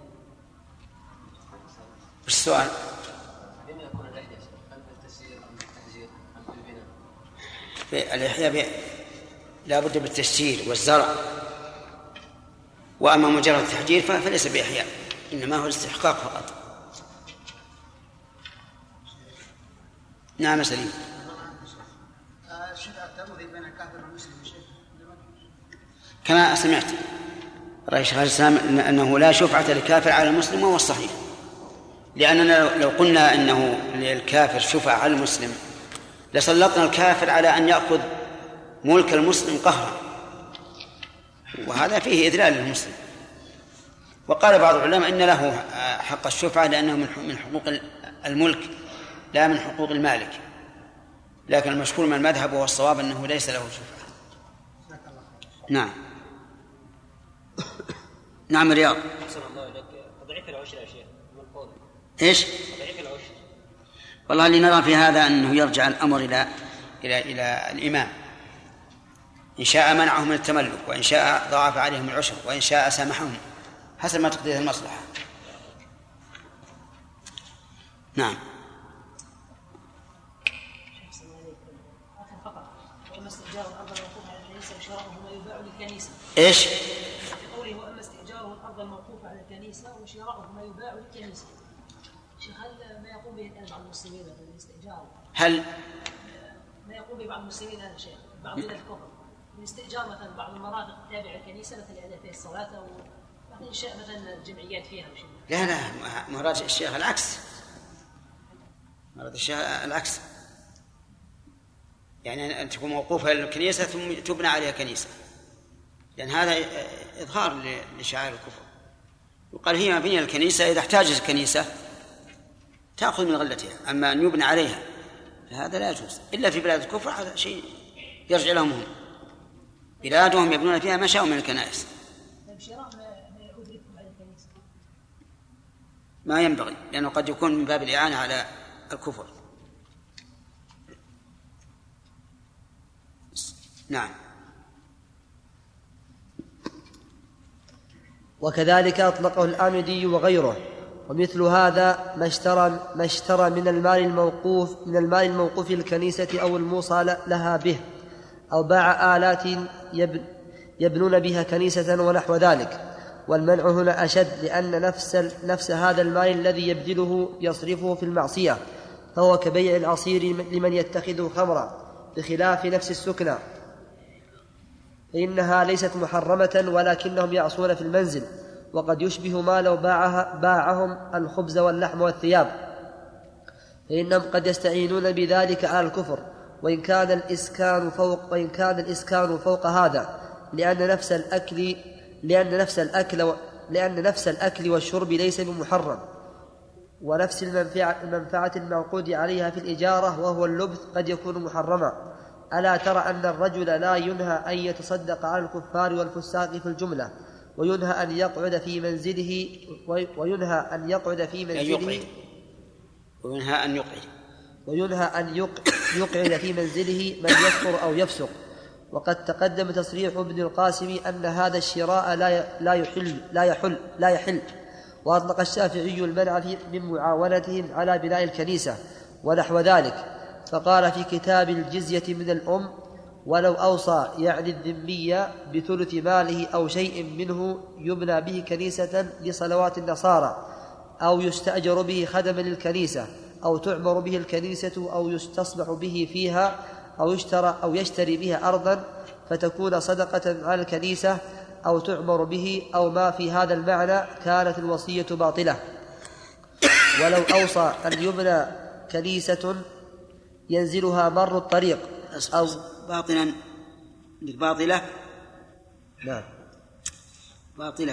وش السؤال؟ بما يكون اللحية أم بالتسيير أم بالتحجير أم بالبناء؟ اللحية لا بد بالتسيير والزرع، وأما مجرد التحجير فليس بإحياء، إنما هو الاستحقاق فقط. نعم سليم. كما سمعت رأي شيخ الإسلام أنه لا شفعة للكافر على المسلم، وهو الصحيح، لأننا لو قلنا أنه للكافر شفعة على المسلم لسلطنا الكافر على أن يأخذ ملك المسلم قهرا، وهذا فيه إذلال للمسلم. وقال بعض العلماء إن له حق الشفعة لأنه من حقوق الملك لا من حقوق المالك، لكن المشهور من المذهب وهو الصواب أنه ليس له شفعة. نعم. نعم رياض. تضعيف العشر يا شيخ من قول ايش؟ تضعيف العشر. والله اللي نرى في هذا أنه يرجع الأمر إلى إلى إلى الإمام، إن شاء منعهم من التملك، وإن شاء ضاعف عليهم العشر، وإن شاء سامحهم حسب ما تقتضيه المصلحة. نعم. وأما استئجار الأرض الموقوفة على الكنيسة وشراؤه ما يباع للكنيسة. إيش؟ في قوله وأما استئجاره الأرض الموقوفة على الكنيسة وشراؤه ما يباع للكنيسة. شيخ هل ما يقوم به الآن بعض المسلمين من الاستئجار؟ هل ما يقوم به بعض المسلمين هذا شيء بعض من الكفر من استئجار مثلا بعض المرافق التابعة للكنيسة مثل لأداء فيها الصلاة أو مثلا إنشاء مثلا جمعيات فيها أو شيء؟ لا لا مراد الشيخ العكس، مراد الشيخ العكس، يعني أن تكون موقوفة للكنيسة ثم تبنى عليها كنيسة، لأن هذا إظهار لشعائر الكفر. وقال هي مبنية الكنيسة، إذا احتاجت الكنيسة تأخذ من غلتها، أما أن يبنى عليها فهذا لا يجوز إلا في بلاد الكفر، هذا شيء يرجع لهم هم، بلادهم يبنون فيها ما شاءوا من الكنائس. ما ينبغي، لأنه قد يكون من باب الإعانة على الكفر. نعم. وكذلك أطلقه الآمدي وغيره. ومثل هذا ما اشترى ما اشترى من المال الموقوف من المال الموقوف الكنيسة أو الموصى لها به، أو باع آلات يبنون بها كنيسة ونحو ذلك. والمنع هنا أشد، لأن نفس نفس هذا المال الذي يبذله يصرفه في المعصية، فهو كبيع العصير لمن يتخذه خمرا، بخلاف نفس السكنى فإنها ليست محرمة، ولكنهم يعصون في المنزل، وقد يشبه ما لو باعها باعهم الخبز واللحم والثياب، فإنهم قد يستعينون بذلك على الكفر، وإن كان الإسكان فوق وإن كان الإسكان فوق هذا، لأن نفس الأكل لأن نفس الأكل لأن نفس الأكل والشرب ليس بمحرم، ونفس المنفعة, المنفعة المعقود عليها في الإجارة وهو اللبث قد يكون محرما. ألا ترى أن الرجل لا ينهى أن يتصدق على الكفار والفساق في الجملة، وينهى أن يقعد في منزله وينهى أن يقعد في منزله وينهى أن يقعد وينهى أن يقعد في منزله من يكفر أو يفسق. وقد تقدم تصريح ابن القاسم أن هذا الشراء لا يحل لا يحل لا يحل وأطلق الشافعي المنع من معاونتهم على بناء الكنيسة ونحو ذلك، فقال في كتاب الجزية من الأم: ولو أوصى يعني الذمية بثلث ماله أو شيء منه يبنى به كنيسة لصلوات النصارى، أو يستأجر به خدما للكنيسة، أو تعمر به الكنيسة، أو يستصبح به فيها، أو يشترى أو يشتري بها أرضا فتكون صدقة على الكنيسة، أو تعمر به، أو ما في هذا المعنى، كانت الوصية باطلة. ولو أوصى أن يبنى كنيسة ينزلها مر الطريق أو باطلا باطلة نعم باطلة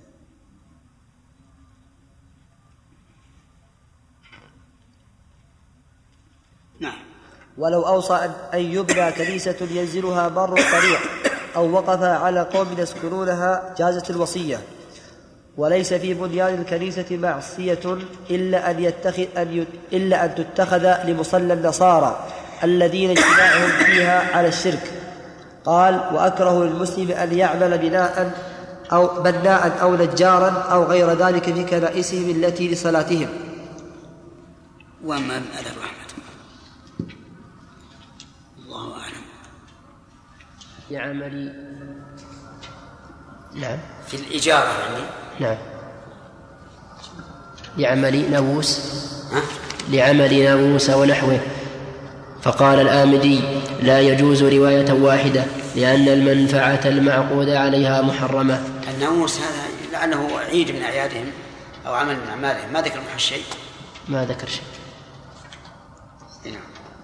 نعم ولو أوصى أن يبنى كنيسة ينزلها مر الطريق أو وقف على قوم يسكنونها جازت الوصية. وليس في بنيان الكنيسة معصية إلا أن, يتخذ أن, يت إلا أن تتخذ لمصلى النصارى الذين اجتماعهم فيها على الشرك. قال: وأكره للمسلم أن يعمل بناء أو بناء أو نجارا أو غير ذلك في كنائسهم التي لصلاتهم. وأما الأدب أحمد الله أعلم. لعمل نعم في الإجارة يعني نعم لعمل ناموس ها؟ لعمل ناموس ونحوه. فقال الآمدي لا يجوز رواية واحدة لأن المنفعة المعقود عليها محرمة. الناموس هذا لأنه عيد من أعيادهم أو عمل من أعمالهم، ما ذكر محل شيء، ما ذكر شيء. نعم.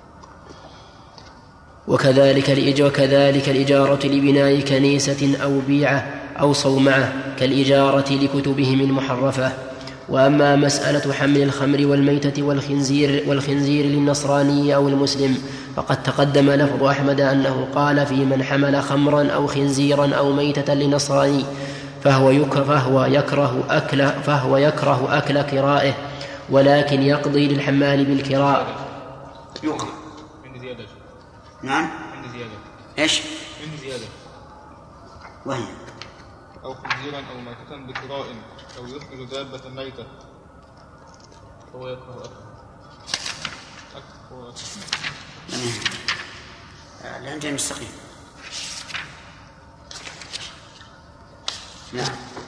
وكذلك وكذلك الإجارة لبناء كنيسة أو بيعة أو صومعة كالإجارة لكتبهم المحرفة. وأما مسألة حمل الخمر والميتة والخنزير, والخنزير للنصراني أو المسلم فقد تقدم لفظ أحمد أنه قال في من حمل خمرا أو خنزيرا أو ميتة لنصراني فهو يكره, فهو يكره أكل فهو يكره أكل كرائه، ولكن يقضي للحمال بالكراء. يكره عندي زيادة. نعم عندي زيادة. إيش؟ عندي زيادة. وهي أو خنزيرا أو ميتة بكراء أو يحمل دابة ميتة فهو يكره أكل. لا عندي مستقيم. نعم.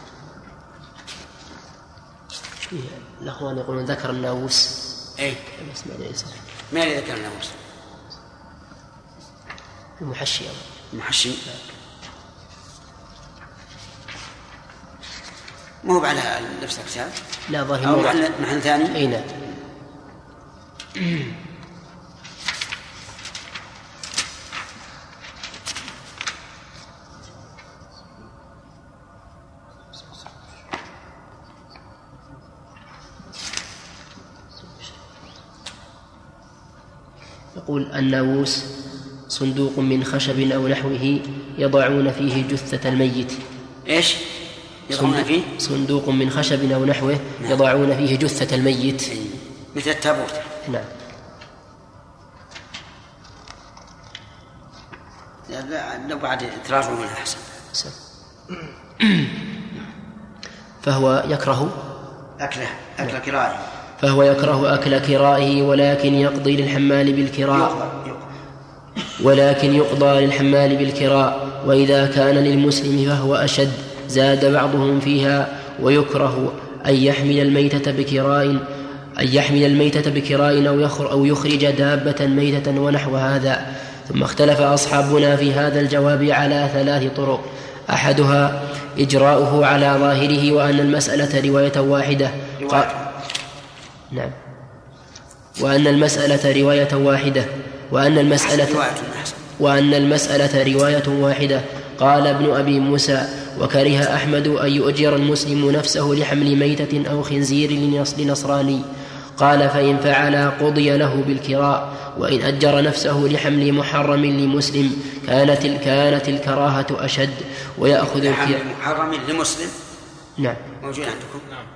الأخوان يقولون ذكر الناموس. أي ما اللي ذكر الناموس؟ المحشي المحشي مو على نفس الكتاب؟ لا ظاهر أو محل, محل ثاني؟ أي نعم. يقول الناموس صندوق من خشب أو نحوه يضعون فيه جثة الميت. إيش؟ يضعون فيه؟ صندوق من خشب أو نحوه نعم. يضعون فيه جثة الميت مثل التابوت. نعم. لو بعد تراجعوا منها أحسن. فهو يكره أكله أكل كرائه فهو يكره أكل كرائه ولكن يقضي للحمال بالكراء ولكن يقضى للحمال بالكراء. وإذا كان للمسلم فهو أشد، زاد بعضهم فيها ويكره أن يحمل الميتة بكراء أن يحمل الميتة بكراء أو يخر أو يخرج دابة ميتة ونحو هذا. ثم اختلف أصحابنا في هذا الجواب على ثلاث طرق. أحدها إجراؤه على ظاهره وأن المسألة رواية واحدة قال نعم وأن المسألة رواية واحدة وأن المسألة وأن المسألة رواية واحدة. قال ابن أبي موسى وكره أحمد أن يؤجر المسلم نفسه لحمل ميتة أو خنزير لنصراني. قال فإن فعل قضي له بالكراء، وإن أجر نفسه لحمل محرم لمسلم كانت كانت الكراهة أشد ويأخذ الكراهة. محرم لمسلم نعم موجود عندكم؟ نعم.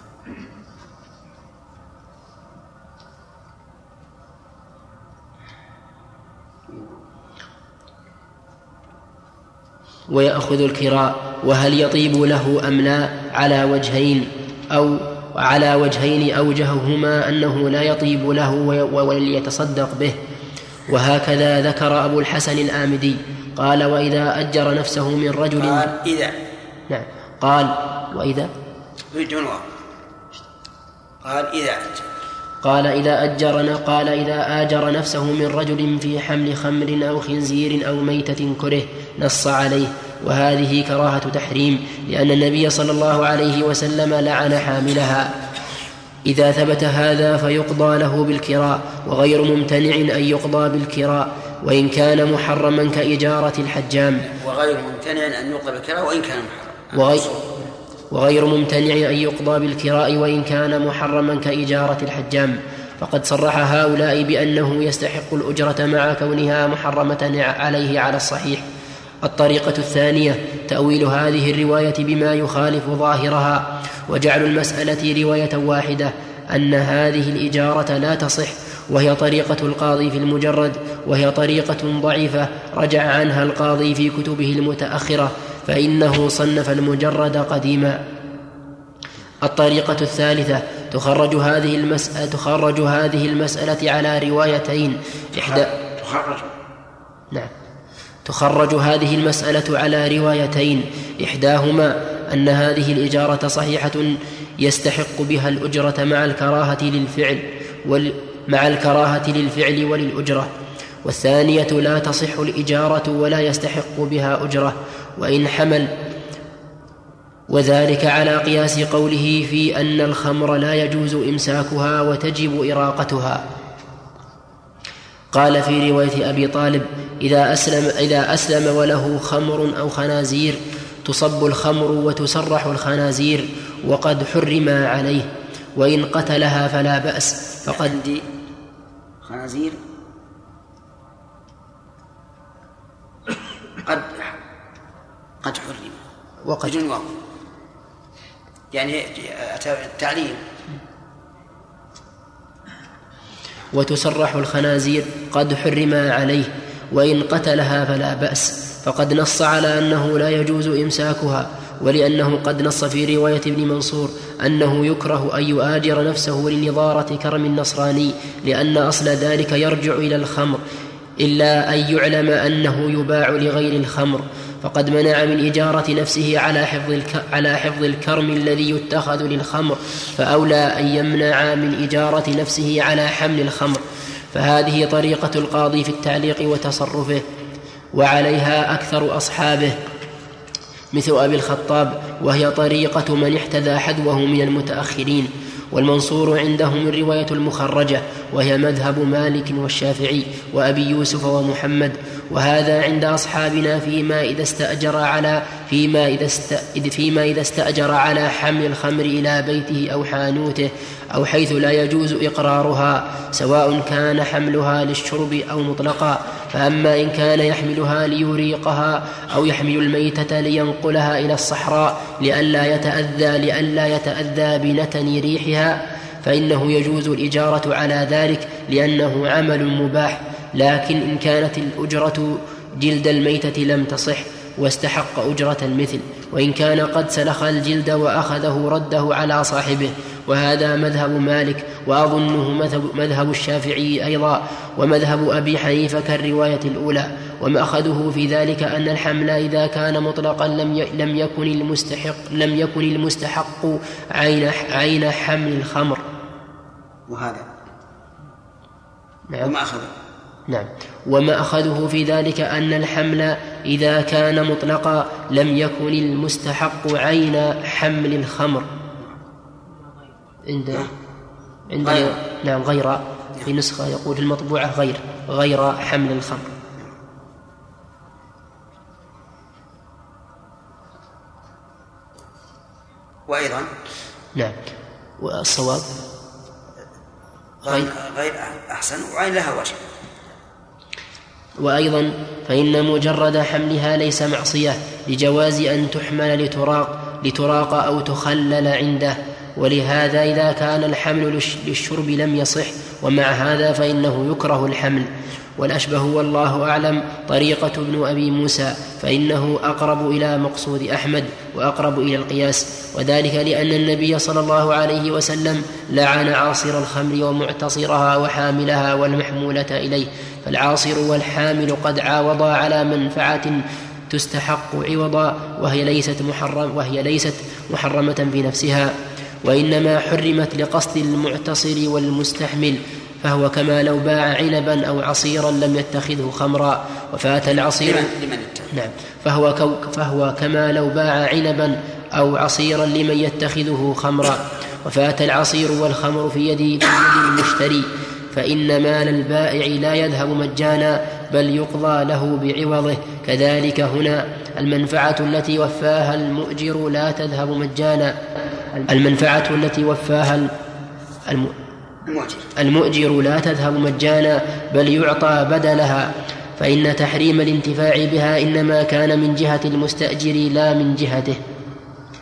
ويأخذ الكراء. وهل يطيب له أم لا على وجهين أو على وجهين أوجههما أنه لا يطيب له وليتصدق به. وهكذا ذكر أبو الحسن الآمدي قال وإذا أجر نفسه من رجل قال إذا نعم قال وإذا قال إذا قال إذا أجر قال إذا آجر نفسه من رجل في حمل خمر أو خنزير أو ميتة كره نص عليه. وهذه كراهة تحريم لأن النبي صلى الله عليه وسلم لعن حاملها. إذا ثبت هذا فيقضى له بالكراء، وغير ممتنع أن يقضى بالكراء وإن كان محرما كإجارة الحجام. وغير ممتنع أن يقضى بالكراء وإن كان محرما وغير, وغير ممتنع أن يقضى بالكراء وإن كان محرما كإجارة الحجام. فقد صرح هؤلاء بأنه يستحق الأجرة مع كونها محرمة عليه على الصحيح. الطريقة الثانية تأويل هذه الرواية بما يخالف ظاهرها وجعل المسألة رواية واحدة أن هذه الإجارة لا تصح، وهي طريقة القاضي في المجرد، وهي طريقة ضعيفة رجع عنها القاضي في كتبه المتأخرة فإنه صنف المجرد قديما. الطريقة الثالثة تخرج هذه المسألة تخرج هذه المسألة على روايتين إحدى تخرج نعم تخرج هذه المسألة على روايتين إحداهما أن هذه الإجارة صحيحة يستحق بها الأجرة مع الكراهة للفعل وال... مع الكراهة للفعل وللأجرة، والثانية لا تصح الإجارة ولا يستحق بها أجرة وإن حمل، وذلك على قياس قوله في أن الخمر لا يجوز إمساكها وتجب إراقتها. قال في رواية أبي طالب: إذا أسلم, إذا أسلم وله خمر أو خنازير تصب الخمر وتسرح الخنازير وقد حرم عليه، وإن قتلها فلا بأس فقد دي خنازير قد قد حرم وقد جنوب يعني التعليم. وتسرح الخنازير قد حرم عليه، وإن قتلها فلا بأس، فقد نص على أنه لا يجوز إمساكها، ولأنه قد نص في رواية ابن منصور أنه يكره أن يؤاجر نفسه لنظارة كرم النصراني، لأن أصل ذلك يرجع إلى الخمر، إلا أن يعلم أنه يباع لغير الخمر، فقد منع من إجارة نفسه على حفظ الك... على حفظ الكرم الذي يتخذ للخمر، فأولى أن يمنع من إجارة نفسه على حمل الخمر. فهذه طريقة القاضي في التعليق وتصرفه، وعليها أكثر أصحابه مثل أبي الخطاب، وهي طريقة من احتذى حذوه من المتأخرين. والمنصور عندهم الرواية المخرجة، وهي مذهب مالك والشافعي وأبي يوسف ومحمد، وهذا عند أصحابنا فيما إذا استأجر على فيما إذا است... فيما إذا استأجر على حمل الخمر إلى بيته أو حانوته أو حيث لا يجوز إقرارها، سواء كان حملها للشرب أو مطلقا. فأما إن كان يحملها ليريقها أو يحمل الميتة لينقلها إلى الصحراء لئلا يتأذى لئلا يتأذى بنتن ريحها، فإنه يجوز الإجارة على ذلك لأنه عمل مباح. لكن إن كانت الأجرة جلد الميتة لم تصح واستحق أجرة المثل، وإن كان قد سلخ الجلد وأخذه رده على صاحبه، وهذا مذهب مالك، وأظنه مذهب الشافعي أيضا، ومذهب أبي حنيفة كالرواية الأولى. ومأخذه في ذلك أن الحمل إذا كان مطلقا لم يكن المستحق لم يكن المستحق عين عين حمل الخمر. وهذا نعم. وما أخذه نعم وما أخذه في ذلك أن الحمل إذا كان مطلقا لم يكن المستحق عين حمل الخمر. عند عند غير. نعم غير، في نسخة يقول في المطبوعة غير غير حمل الخمر. وأيضا نعم والصواب غير, غير أحسن وعين لها وجه. وأيضا فإن مجرد حملها ليس معصية، لجواز أن تحمل لتراق, لتراق أو تخلل عنده، ولهذا إذا كان الحمل للشرب لم يصح، ومع هذا فإنه يكره الحمل. والأشبه والله أعلم طريقة ابن أبي موسى، فإنه أقرب إلى مقصود أحمد وأقرب إلى القياس، وذلك لأن النبي صلى الله عليه وسلم لعن عاصر الخمر ومعتصرها وحاملها والمحمولة إليه، فالعاصر والحامل قد عاوضا على منفعة تستحق عوضا، وهي ليست محرم وهي ليست محرمة بنفسها، وإنما حرمت لقصد المعتصر والمستحمل، فهو كما لو باع عنبا أو عصيرا لم يتخذه خمرا وفات العصير نعم فهو, فهو كما لو باع عنبا أو عصيرا لمن يتخذه خمرا، وفات العصير والخمر في يد, في يد المشتري، فإن مال البائع لا يذهب مجانا بل يقضى له بعوضه. كذلك هنا المنفعة التي وفاها المؤجر لا تذهب مجانا، المنفعة التي وفاها الم... المؤجر لا تذهب مجانا بل يعطى بدلها، فإن تحريم الانتفاع بها إنما كان من جهة المستأجر لا من جهته.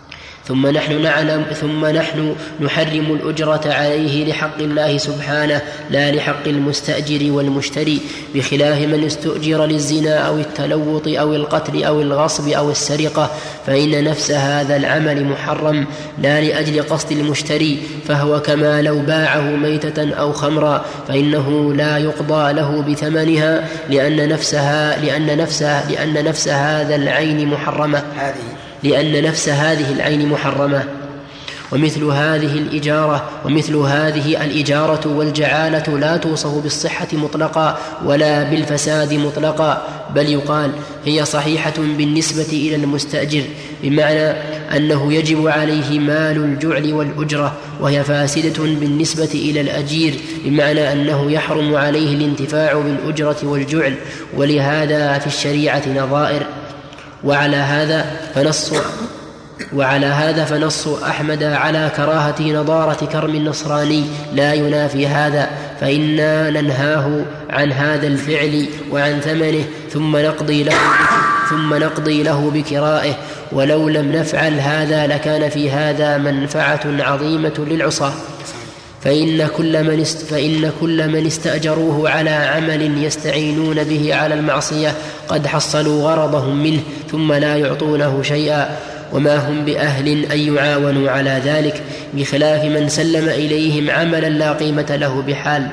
ثم نحن نعلم ثم نحن نحرم الأجرة عليه لحق الله سبحانه لا لحق المستأجر والمشتري، بخلاف من استؤجر للزنا أو التلوط أو القتل أو الغصب أو السرقة، فإن نفس هذا العمل محرم لا لأجل قصد المشتري، فهو كما لو باعه ميتة أو خمرا، فإنه لا يقضى له بثمنها لأن نفسها لأن نفسها لأن نفس هذا العين محرمة لأن نفس هذه العين محرمة. ومثل هذه الإجارة ومثل هذه الإجارة والجعالة لا توصف بالصحة مطلقا ولا بالفساد مطلقا، بل يقال هي صحيحة بالنسبة إلى المستأجر، بمعنى أنه يجب عليه مال الجعل والأجرة، وهي فاسدة بالنسبة إلى الأجير، بمعنى أنه يحرم عليه الانتفاع بالأجرة والجعل، ولهذا في الشريعة نظائر. وعلى هذا فنص وعلى هذا فنص أحمد على كراهة نضارة كرم النصراني لا ينافي هذا، فإنا ننهاه عن هذا الفعل وعن ثمنه ثم نقضي له ثم نقضي له بكرائه، ولو لم نفعل هذا لكان في هذا منفعة عظيمة للعصاة، فإن كل من است فإن كل من استأجروه على عمل يستعينون به على المعصية قد حصلوا غرضهم منه ثم لا يعطونه شيئا، وما هم بأهل أن يعاونوا على ذلك، بخلاف من سلم إليهم عملا لا قيمة له بحال.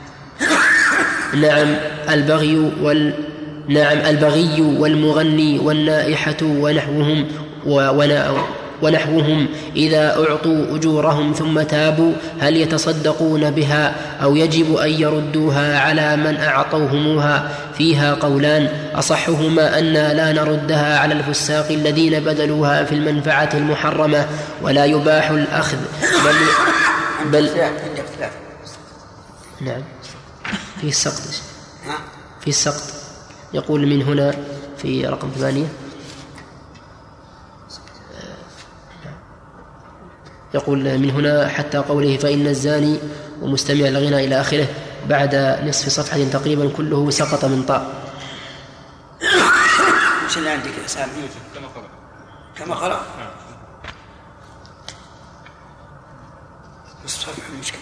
نعم البغي وال نعم البغي والمغني والنائحة ونحوهم ونحوهم إذا أعطوا أجورهم ثم تابوا هل يتصدقون بها أو يجب أن يردوها على من أعطوهموها؟ فيها قولان، أصحهما أن لا نردها على الفساق الذين بذلوها في المنفعة المحرمة، ولا يباح الأخذ بل, بل نعم في السقط في السقط يقول من هنا في رقم ثمانية، يقول من هنا حتى قوله فإن الزاني ومستمع الغنى إلى آخره بعد نصف صفحة تقريبا كله سقط من طاء. ايش اللي عندك يا سامي؟ كما قرأ كما قرأ نصف صفحة المشكلة.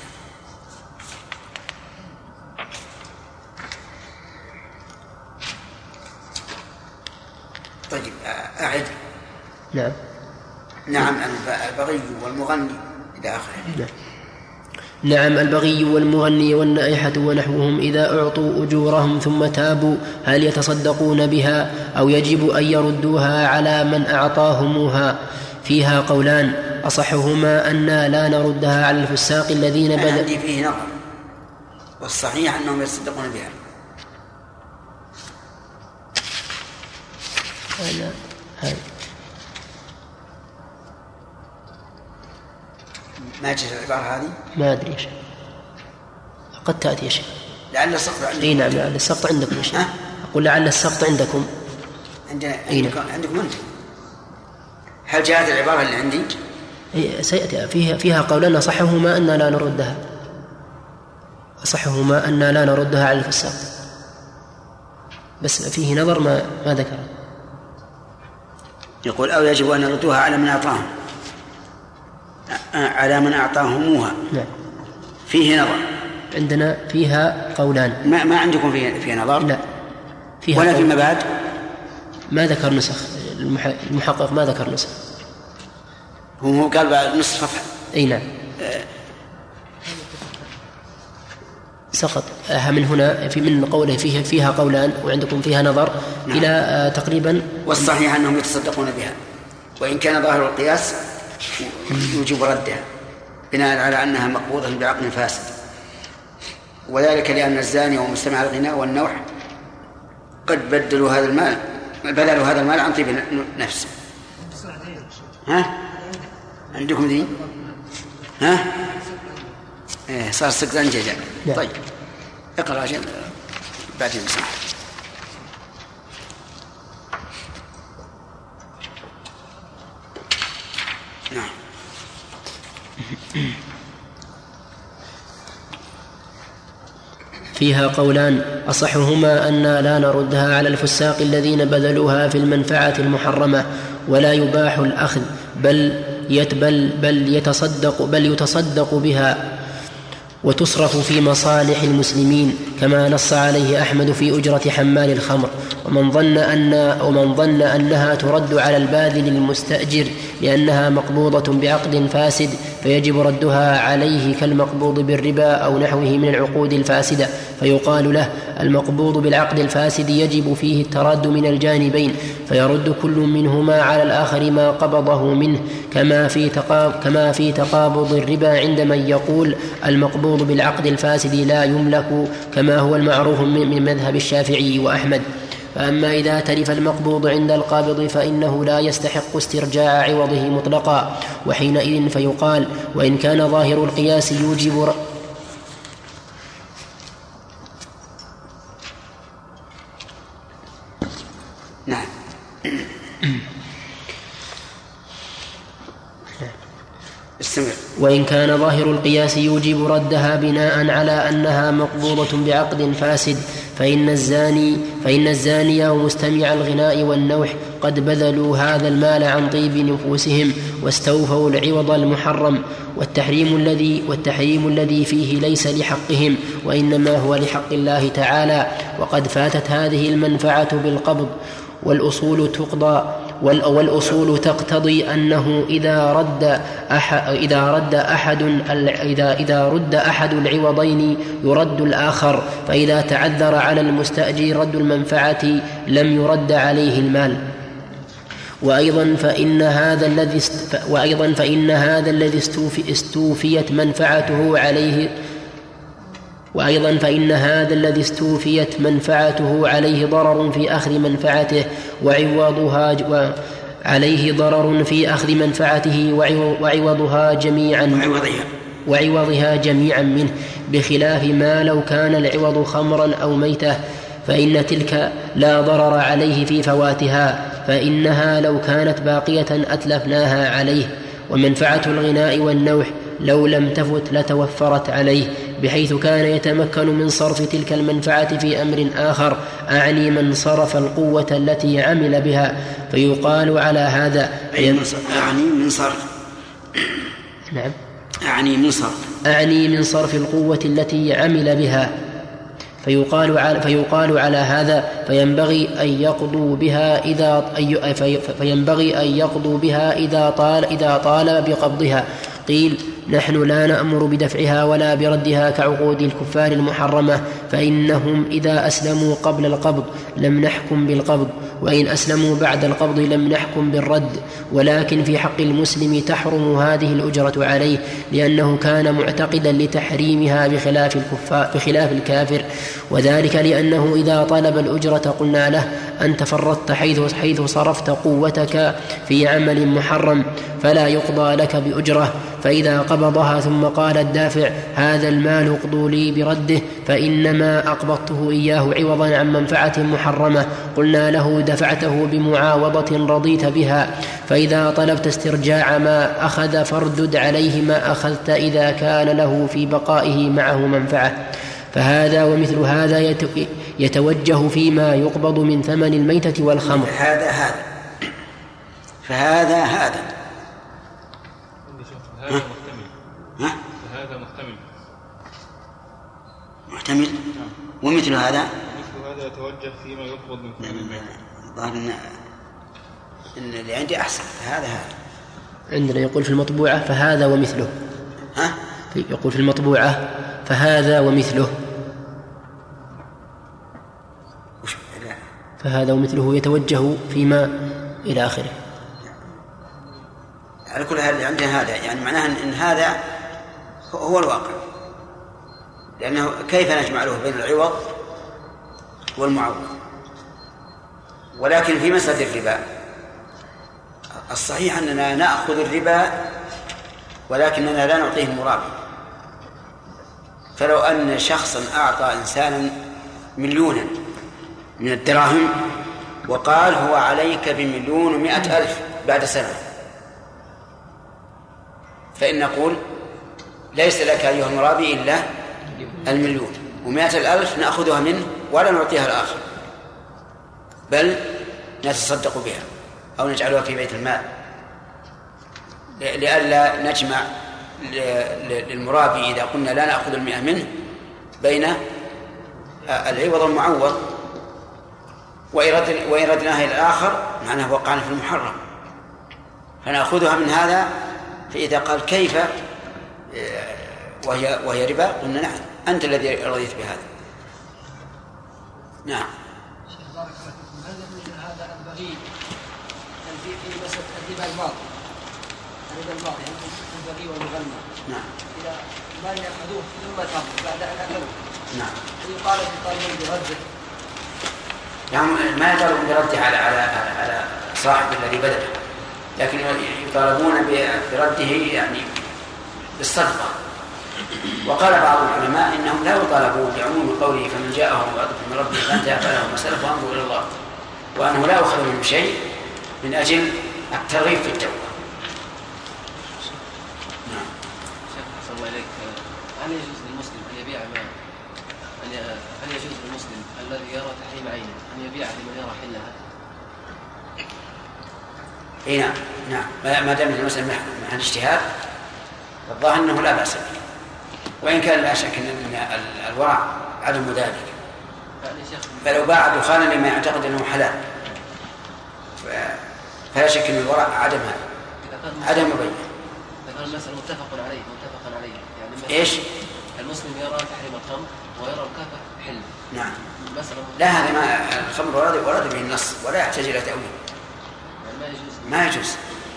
طيب أعد. نعم نعم البغي والمغني إلى آخره. نعم. نعم البغي والمغني والنائحة ونحوهم إذا أعطوا أجورهم ثم تابوا هل يتصدقون بها أو يجب أن يردوها على من أعطاهموها؟ فيها قولان، أصحهما أن لا نردها على الفساق الذين بدأ عندي فيه نظر، والصحيح أنهم يتصدقون بها. هذا هذا ما جاءت العبارة هذه؟ ما أدري يا شيخ، قد تأتي يا شيخ. لعل السقط عندكم. اي نعم لعل السقط عندكم يا شيخ. أقول لعل السقط عندكم. عندنا عندكم عندكم أنت. هل جاءت العبارة اللي عندي؟ إيه سيأتي فيها فيها قولنا صحهما أن لا نردها صحهما أن لا نردها على الفساق، بس فيه نظر ما ما ذكر. يقول أو يجب أن يردوها على من أعطاهم على من أعطاهموها. نعم فيه نظر. عندنا فيها قولان. ما, ما عندكم فيه, فيه نظر؟ لا فيها ولا في المباد؟ ما ذكر نسخ، المحقق ما ذكر نسخ، هو قال بعد نصف صفحة. اي نعم أه سقط من هنا في من قوله فيها فيها قولان وعندكم فيها نظر. نعم. إلى آه تقريبا. والصحيح أنهم يتصدقون بها، وإن كان ظاهر القياس يجب ردها بناء على أنها مقبوضة بعقد فاسد، وذلك لأن الزاني ومستمع الغناء والنوح قد بدلوا هذا المال بدلوا هذا المال عن طيب نفس. ها عندكم ذي؟ ها إيه صار سقطان جدا. طيب اقرأ عشان بعدين نسمع. نعم. فيها قولان، أصحهما أن لا نردها على الفساق الذين بذلوها في المنفعة المحرمة، ولا يباح الأخذ بل بل, بل, يتصدق بل يتصدق بها وتصرف في مصالح المسلمين كما نص عليه أحمد في أجرة حمال الخمر. ومن ظن, أن ومن ظن أنها ترد على الباذل المستأجر لأنها مقبوضة بعقد فاسد فيجب ردها عليه كالمقبوض بالربا أو نحوه من العقود الفاسدة، فيقال له: المقبوض بالعقد الفاسد يجب فيه التراد من الجانبين، فيرد كل منهما على الآخر ما قبضه منه، كما في كما في تقابض الربا عند من يقول المقبوض بالعقد الفاسد لا يملك، كما هو المعروف من مذهب الشافعي وأحمد. فأما إذا تلف المقبوض عند القابض فإنه لا يستحق استرجاع عوضه مطلقا، وحينئذ فيقال: وإن كان ظاهر القياس يوجب ر... نعم. استمر. وإن كان ظاهر القياس يوجب ردها بناء على أنها مقبوضة بعقد فاسد، فإن الزاني فإن الزاني ومستمع الغناء والنوح قد بذلوا هذا المال عن طيب نفوسهم واستوفوا العوض المحرم، والتحريم الذي والتحريم الذي فيه ليس لحقهم وإنما هو لحق الله تعالى، وقد فاتت هذه المنفعة بالقبض، والأصول تقضى والأصول تقتضي أنه إذا رد أحد إذا رد أحد إذا إذا رد أحد العوضين يرد الآخر، فإذا تعذر على المستأجر رد المنفعة لم يرد عليه المال. وأيضا فإن هذا الذي وأيضا فإن هذا الذي استوفيت منفعته عليه وأيضا فإن هذا الذي استوفيت منفعته عليه ضرر في أخذ منفعته وعوضها عليه ضرر في أخذ منفعته وعوضها جميعا وعوضها جميعا منه، بخلاف ما لو كان العوض خمرا أو ميتة، فإن تلك لا ضرر عليه في فواتها، فإنها لو كانت باقية أتلفناها عليه. ومنفعة الغناء والنوح لو لم تفت لتوفرت عليه، بحيث كان يتمكن من صرف تلك المنفعة في أمر آخر، أعني من صرف القوة التي عمل بها، فيقال على هذا أعني من صرف نعم أعني من صرف أعني من صرف القوة التي عمل بها، فيقال على, فيقال على هذا فينبغي أن يقضوا بها إذا فينبغي أن يقضوا بها إذا طال إذا طال بقبضها. قيل: نحن لا نأمر بدفعها ولا بردها كعقود الكفار المحرمة، فإنهم إذا أسلموا قبل القبض لم نحكم بالقبض، وإن أسلموا بعد القبض لم نحكم بالرد، ولكن في حق المسلم تحرم هذه الأجرة عليه، لأنه كان معتقدا لتحريمها بخلاف الكفار بخلاف الكافر، وذلك لأنه إذا طلب الأجرة قلنا له: أنت فرطت حيث حيث صرفت قوتك في عمل محرم، فلا يقضى لك بأجرة. فإذا قبضها ثم قال الدافع: هذا المال اقضوا لي برده، فإنما أقبضته إياه عوضا عن منفعة محرمة، قلنا له: دفعته بمعاوضة رضيت بها، فإذا طلبت استرجاع ما أخذ فاردد عليه ما أخذت إذا كان له في بقائه معه منفعة. فهذا ومثل هذا يتوجه فيما يقبض من ثمن الميتة والخمر. هذا هذا فهذا هذا هذا محتمل ها؟ هذا محتمل محتمل ومثل هذا مثل هذا يتوجه فيما يقبض من ثمن الميتة. ظاهر إن إن اللي عندي أحسن. هذا هذا عندنا يقول في المطبوعة فهذا ومثله. ها؟ يقول في المطبوعة فهذا ومثله. فهذا ومثله يتوجه فيما إلى آخره. على كل حال عندنا هذا يعني معناه إن هذا هو الواقع، لأنه كيف نجمع له بين العوض والمعوض؟ ولكن في مسألة الربا الصحيح أننا نأخذ الربا ولكننا لا نعطيه المرابي. فلو أن شخصا أعطى إنسانا مليونا من الدراهم وقال: هو عليك بمليون ومائة ألف بعد سنة، فإن نقول: ليس لك أيها المرابي إلا المليون ومائة الألف، نأخذها منه ولا نعطيها الآخر، بل نتصدق بها أو نجعلها في بيت المال. لئلا نجمع للمرابي إذا قلنا لا نأخذ المئة منه بين العوض والمعوض، وإن ردناها إلى الآخر معناه وقعنا في المحرم فنأخذها من هذا. فإذا قال كيف وهي وهي ربا قلنا نعم أنت الذي رضيت بهذا. نعم. شيخ بارك الله فيكم، هل يجوز هذا البغي في في مسألة الربا الماضي الربا الماضي البغي والمغنى؟ نعم. إذا ما يأخذوه ثم تركوا بعد أن أكلوا. نعم. يقال يطالبون برده. نعم ما يطالبون برده على على على صاحب الذي بدأ، لكن يطالبون برده يعني بالصدقة. وقال بعض العلماء إنهم لا يطالبون بعموم قوله فمن جاءه موعظة من ربه فانتهى فله ما سلف وأمره إلى الله، وأنه لا يؤخذ منهم شيء من أجل الترغيب في التوبة. نعم. شيخ أحسن الله إليك، هل يجوز للمسلم أن يبيع ما هل يجوز للمسلم الذي يرى تحريم عينه أن يبيع لمن يرى حلها؟ اي نعم نعم ما دام المسلم محل اجتهاد الظاهر انه لا باس به، وان كان لا شك ان الورع عدم ذلك. فلو باع دخانا لما يعتقد انه حلال فلا شك ان الورع عدم عدم بينه. اذا كان المسألة متفق عليه متفق عليه يعني ايش؟ المسلم يرى تحريم الخمر ويرى الكافر حل. نعم. لا هذا ما الخمر ورد ورد به النص ولا يحتاج الى تأويل. ما يجوز. ما يجوز.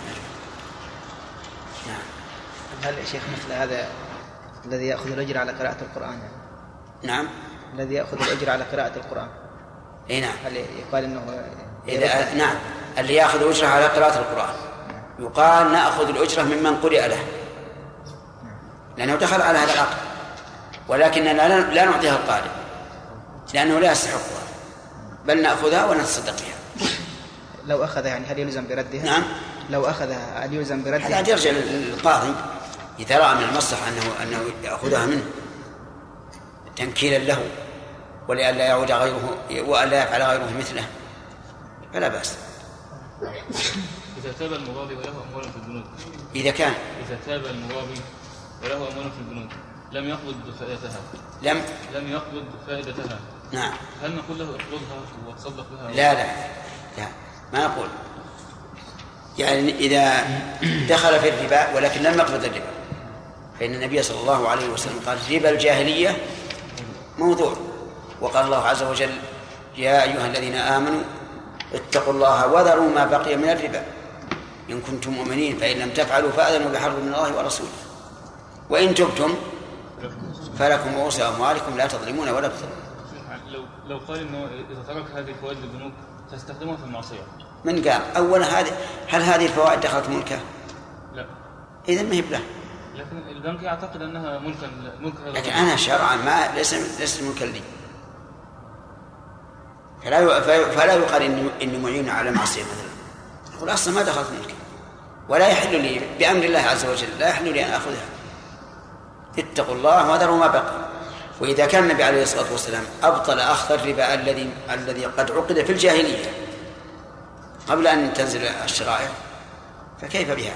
نعم. هل يا شيخ مثل هذا الذي يأخذ الأجر على قراءة القرآن يعني؟ نعم. الذي يأخذ الأجر على قراءة القرآن. اي نعم. هل يقال انه إذا نعم اللي يأخذ أجرة على قراءة القرآن يقال نأخذ الأجرة ممن قرئ له لأنه دخل على هذا العقد، ولكننا لا نعطيها القارئ لأنه لا يستحقها بل نأخذها ونتصدق بها. لو أخذها يعني هل يلزم بردها؟ نعم. لو أخذها هل يلزم بردها؟ هذا يرجع للقاضي إذا رأى من المصلحة أنه أنه يأخذها منه تنكيلا له ولئلا يعود غيره وألا يفعل غيره مثله فلا بأس. إذا تاب المرابي وله أموال في البنوك إذا كان إذا تاب المرابي وله أموال في البنوك لم يقبض فائدتها لم لم يقبض فائدتها نعم هل نقول له اقبضها وتصدق بها؟ لا لا لا ما نقول يعني إذا دخل في الربا ولكن لم يقبض الربا فإن النبي صلى الله عليه وسلم قال ربا الجاهلية موضوع، وقال الله عز وجل يا أيها الذين آمنوا اتقوا الله وذروا ما بقي من الربا إن كنتم مؤمنين فإن لم تفعلوا فأذنوا بحرب من الله ورسوله وإن تبتم فلكم رؤوس أموالكم لا تظلمون ولا تظلمون. لو لو قال إنه إذا ترك هذه الفوائد للبنوك تستخدمها في المعصية من قال أولا هذه هل هذه الفوائد دخلت ملكه؟ لا. إذن ما هي بله. لكن البنك يعتقد أنها ملكا ملكا لكن أنا شرعا ما ليس ليس ملكا لي فلا فلا يقال إني إني معين على معصية مثلا. أقول أصلا ما دخلت ملكي ولا يحل لي بأمر الله عز وجل لا يحل لي أن أخذها. اتقوا الله وذروا ما بقي. وإذا كان النبي عليه الصلاة والسلام أبطل أخذ الربا الذي الذي قد عقد في الجاهلية قبل أن تنزل الشرائع فكيف بهذا؟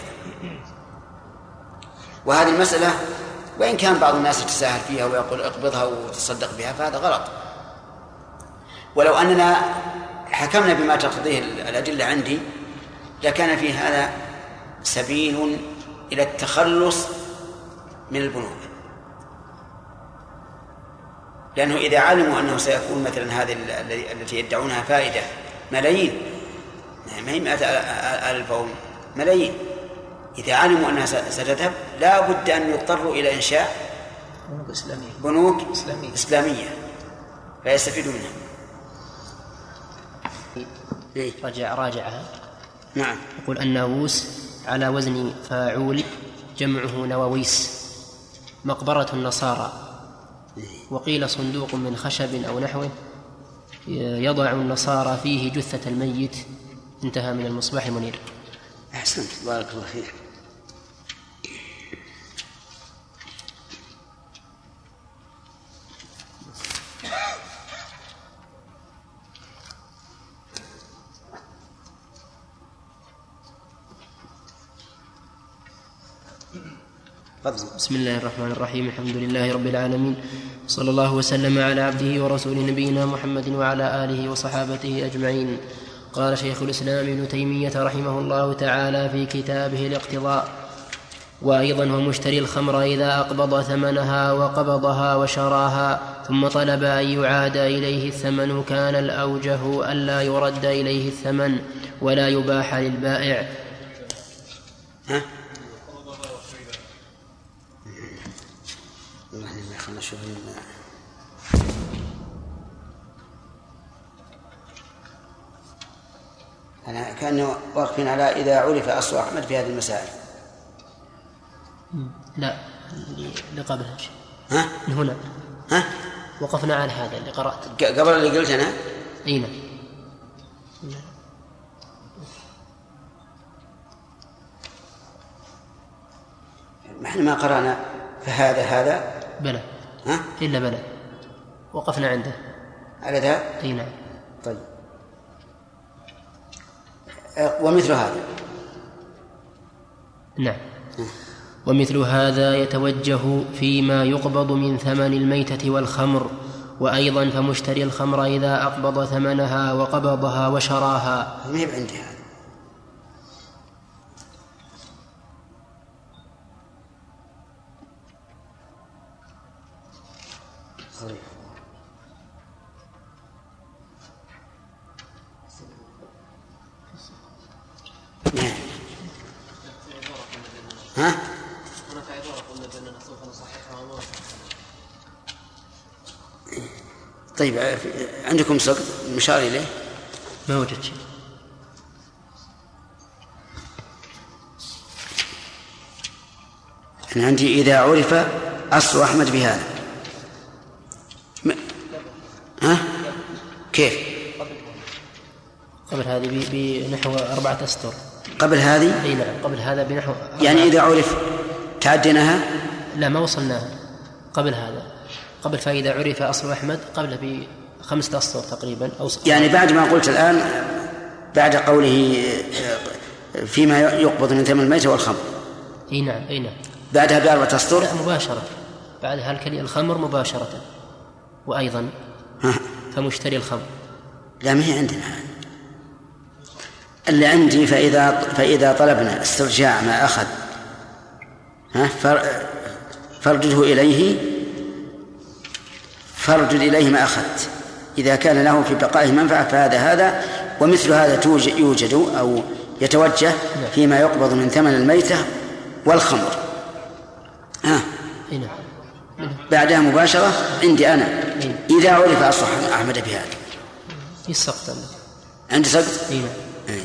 وهذه المسألة وإن كان بعض الناس يتساهل فيها ويقول اقبضها وتصدق بها فهذا غلط. ولو أننا حكمنا بما تقتضيه الأدلة عندي لكان في هذا سبيل إلى التخلص من البنوك، لأنه إذا علموا أنه سيكون مثلا هذه التي يدعونها فائدة ملايين ما هي مئة ألف أو ملايين، إذا علموا أنها ستذهب لا بد أن يضطروا إلى إنشاء بنوك إسلامية, بنوك إسلامية. إسلامية فيستفيدوا منها. رجع راجعها. نعم. يقول الناووس على وزن فاعول جمعه نواويس مقبرة النصارى، وقيل صندوق من خشب أو نحوه يضع النصارى فيه جثة الميت. انتهى من المصباح المنير. أحسنت بارك الله فيك. بسم الله الرحمن الرحيم. الحمد لله رب العالمين، صلى الله وسلم على عبده ورسوله نبينا محمد وعلى آله وصحابته أجمعين. قال شيخ الإسلام ابن تيمية رحمه الله تعالى في كتابه الاقتضاء: وأيضا ومشتري الخمر إذا أقبض ثمنها وقبضها وشراها ثم طلب أن يعاد إليه الثمن كان الأوجه ألا يرد إليه الثمن ولا يباح للبائع. ها؟ خلنا نشوف. أنا كأنه واقفين على إذا عرف أصل أحمد في هذه المسائل. لا، اللي قبلها شيء. ها؟ هنا. ها؟ وقفنا على هذا اللي قرأت قبل اللي قلت أنا. أي نعم. ما احنا ما قرأنا فهذا هذا بلى. ها؟ إلا بلى، وقفنا عنده على ذا. أي نعم. طيب، ومثل هذا. نعم. ومثل هذا يتوجه فيما يقبض من ثمن الميتة والخمر. وأيضا فمشتري الخمر إذا أقبض ثمنها وقبضها وشراها. ما هي عندي هذا. صريح. نعم. ها؟ هناك عبارة قلنا بأننا سوف نصححها وما طيب، عندكم سقط مشار إليه؟ ما وجدت شيء. أنا عندي إذا عرف أصل أحمد بهذا. م... ها؟ كيف؟ قبل هذه بنحو أربعة أسطر. قبل هذه؟ أي نعم، قبل هذا بنحو. يعني إذا عرف تعديناها؟ لا، ما وصلناها. قبل هذا، قبل فإذا عرف أصل أحمد قبل بخمسة أسطر تقريبا أو س... يعني بعد ما قلت الآن، بعد قوله فيما يقبض من ثمن الميتة والخمر. أي نعم. أي نعم. بعدها بأربعة أسطر؟ لا، مباشرة بعدها الكلي الخمر مباشرة. وأيضا ها. فمشتري الخمر. لا، ما هي عندنا اللي عندي. فإذا فإذا طلبنا استرجاع ما أخذ، ها، فارجده إليه فارجد إليه ما أخذت. إذا كان له في بقائه منفعة فهذا هذا. ومثل هذا يوجد أو يتوجه فيما يقبض من ثمن الميتة والخمر. ها. بعدها مباشرة عندي أنا إذا عرف أصح أحمد بهذا. يسقط عندي سقط؟ اي طيب.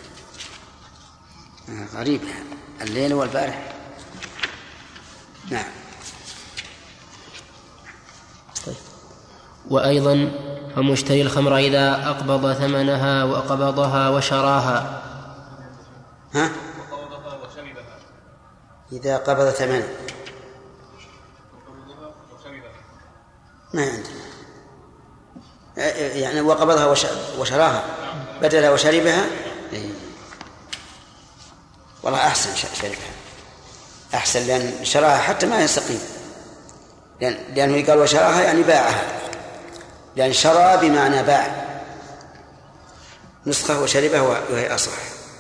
غريب الليل والبارح. نعم. طيب. وأيضا فمشتري الخمر إذا أقبض ثمنها وقبضها وشراها. ها؟ إذا قبض ثمنها ما عندنا، يعني وقبضها وشراها بدلها وشربها. والله أحسن شربها أحسن، لأن شراها حتى ما يستقيم، لأن لأنه قال وشراها يعني باعها، لأن شرى بمعنى باع. نسخة وشربها وهي أصح.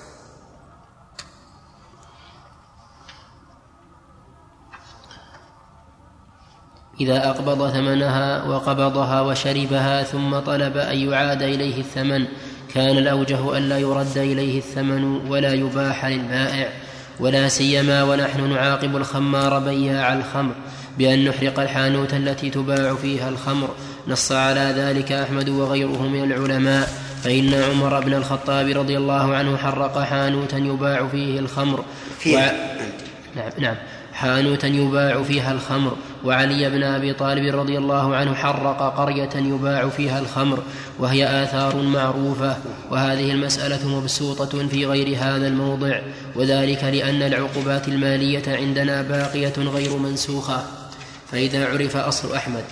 إذا أقبض ثمنها وقبضها وشربها ثم طلب أن يعاد إليه الثمن كان الأوجه ألا يرد إليه الثمن ولا يباح للبائع، ولا سيما ونحن نعاقب الخمار بياع الخمر بأن نحرق الحانوت التي تباع فيها الخمر. نص على ذلك أحمد وغيره من العلماء، فإن عمر بن الخطاب رضي الله عنه حرق حانوتا يباع فيه الخمر و... نعم نعم حانوتا يباع فيها الخمر. وعلي بن أبي طالب رضي الله عنه حرق قرية يباع فيها الخمر، وهي آثار معروفة. وهذه المسألة مبسوطة في غير هذا الموضع، وذلك لأن العقوبات المالية عندنا باقية غير منسوخة. فإذا عرف أصل أحمد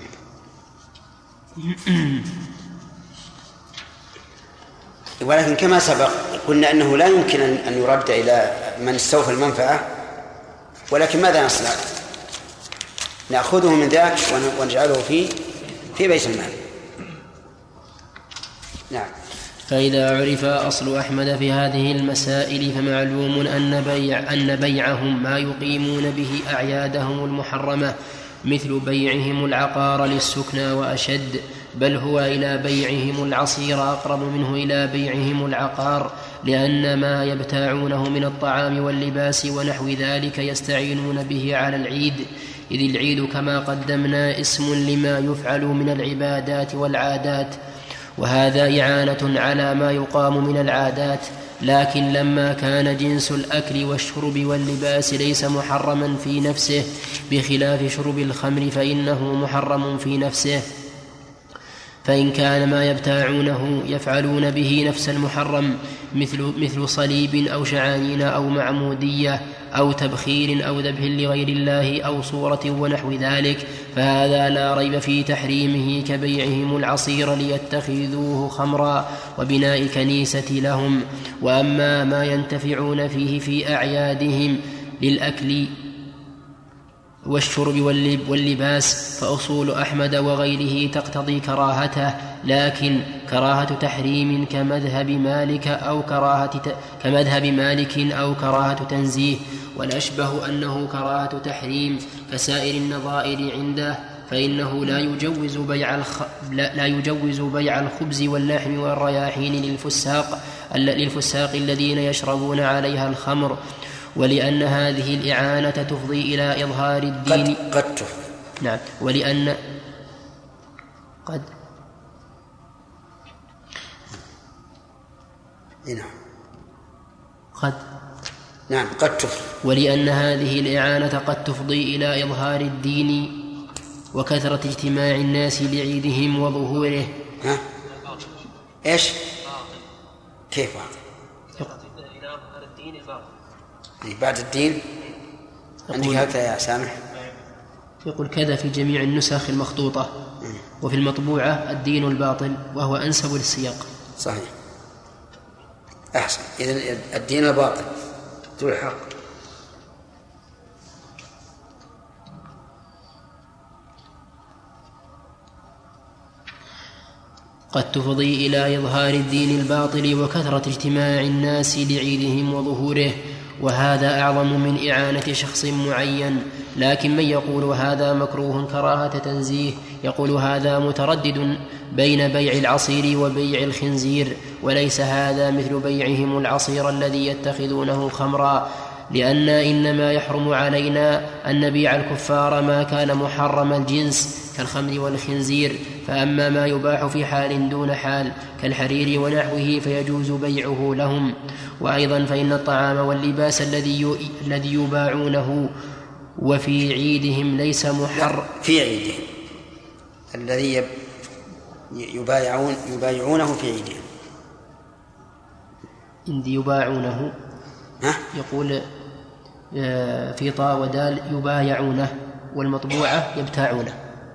ولكن كما سبق قلنا أنه لا يمكن أن يرد إلى من استوفى المنفعة ولكن ماذا نصنع؟ نأخذه من ذاك ونجعله في في بيت المال. نعم. فإذا عرف أصل أحمد في هذه المسائل فمعلوم أن بيع أن بيعهم ما يقيمون به أعيادهم المحرمة مثل بيعهم العقار للسكنى وأشد، بل هو إلى بيعهم العصير أقرب منه إلى بيعهم العقار، لأن ما يبتاعونه من الطعام واللباس ونحو ذلك يستعينون به على العيد، إذ العيد كما قدمنا اسم لما يفعل من العبادات والعادات، وهذا إعانة على ما يقام من العادات. لكن لما كان جنس الأكل والشرب واللباس ليس محرما في نفسه بخلاف شرب الخمر فإنه محرم في نفسه، فإن كان ما يبتاعونه يفعلون به نفس المحرم مثل, مثل صليب أو شعانين أو معمودية أو تبخير أو ذبح لغير الله أو صورة ونحو ذلك، فهذا لا ريب في تحريمه كبيعهم العصير ليتخذوه خمرا وبناء الكنيسة لهم. وأما ما ينتفعون فيه في أعيادهم للأكل والشرب واللباس فأصول أحمد وغيره تقتضي كراهته، لكن كراهة تحريم كمذهب مالك أو كراهة كمذهب مالك أو كراهة تنزيه، والأشبه أنه كراهة تحريم كسائر النظائر عنده، فإنه لا يجوز بيع الخ... لا يجوز بيع الخبز واللحم والرياحين للفساق للفساق الذين يشربون عليها الخمر، ولأن هذه الإعانة تفضي إلى إظهار الدين قد, قد تفضي. نعم. ولأن قد نعم قد نعم قد تفضي. ولأن هذه الإعانة قد تفضي إلى إظهار الدين وكثرة اجتماع الناس لعيدهم وظهوره. ها؟ إيش؟ كيف باطل؟ بعد الدين عندك هكذا يا سامح؟ يقول كذا في جميع النسخ المخطوطة، وفي المطبوعة الدين الباطل، وهو أنسب للسياق. صحيح، أحسن. إذن الدين الباطل ذو الحق. قد تفضي إلى إظهار الدين الباطل وكثرة اجتماع الناس لعيدهم وظهوره، وهذا أعظم من إعانة شخص معين. لكن من يقول هذا مكروه كراهة تنزيه يقول هذا متردد بين بيع العصير وبيع الخنزير، وليس هذا مثل بيعهم العصير الذي يتخذونه خمرا، لأن إنما يحرم علينا أن نبيع الكفار ما كان محرم الجنس كالخمر والخنزير، فأما ما يباح في حال دون حال كالحرير ونحوه فيجوز بيعه لهم. وأيضا فإن الطعام واللباس الذي الذي يباعونه وفي عيدهم ليس محرم في عيدهم الذي يبايعون يبايعونه في عيدهم عندي يباعونه ها؟ يقول في طا ودال يبايعونه، والمطبوعة يبتاعونه،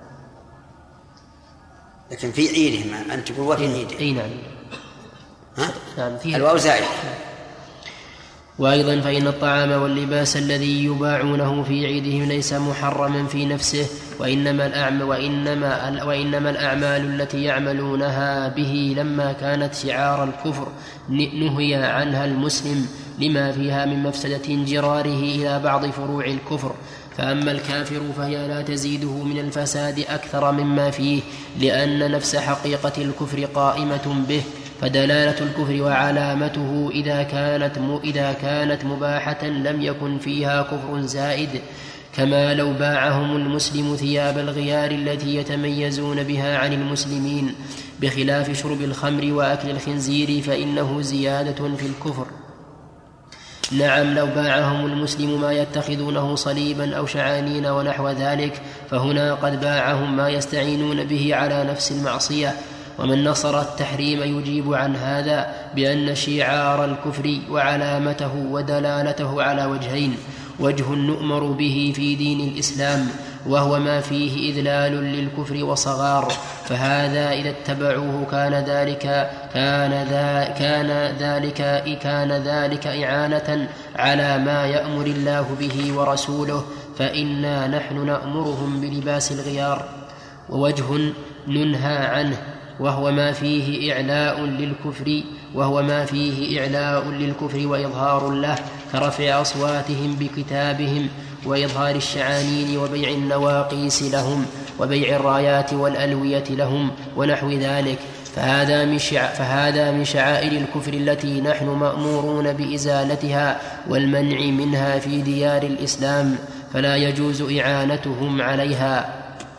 لكن في عيدهم أنت تقول وفي عيدهم. أي نعم. ها؟ نعم فيه الواو زائد. وأيضا فإن الطعام واللباس الذي يباعونه في عيدهم ليس محرما في نفسه، وإنما الأعمال, وإنما, وإنما الأعمال التي يعملونها به لما كانت شعار الكفر نهي عنها المسلم لما فيها من مفسدة انجراره إلى بعض فروع الكفر. فأما الكافر فهي لا تزيده من الفساد أكثر مما فيه، لأن نفس حقيقة الكفر قائمة به، فدلالة الكفر وعلامته إذا كانت, إذا كانت مباحة لم يكن فيها كفر زائد، كما لو باعهم المسلم ثياب الغيار التي يتميزون بها عن المسلمين، بخلاف شرب الخمر وأكل الخنزير فإنه زيادة في الكفر. نعم لو باعهم المسلم ما يتخذونه صليبا أو شعانين ونحو ذلك فهنا قد باعهم ما يستعينون به على نفس المعصية. ومن نصر التحريم يجيب عن هذا بأن شعار الكفر وعلامته ودلالته على وجهين: وجه نؤمر به في دين الإسلام، وهو ما فيه إذلال للكفر وصغار، فهذا إذا اتبعوه كان ذلك كان ذا كان ذلك كان ذلك إعانة على ما يأمر الله به ورسوله، فإنا نحن نأمرهم بلباس الغيار. ووجه ننهى عنه وهو ما فيه إعلاء للكفر وهو ما فيه إعلاء للكفر وإظهار له، كرفع أصواتهم بكتابهم وإظهار الشعانين وبيع النواقيس لهم وبيع الرايات والألوية لهم ونحو ذلك، فهذا من, شع... فهذا من شعائر الكفر التي نحن مأمورون بإزالتها والمنع منها في ديار الإسلام، فلا يجوز إعانتهم عليها.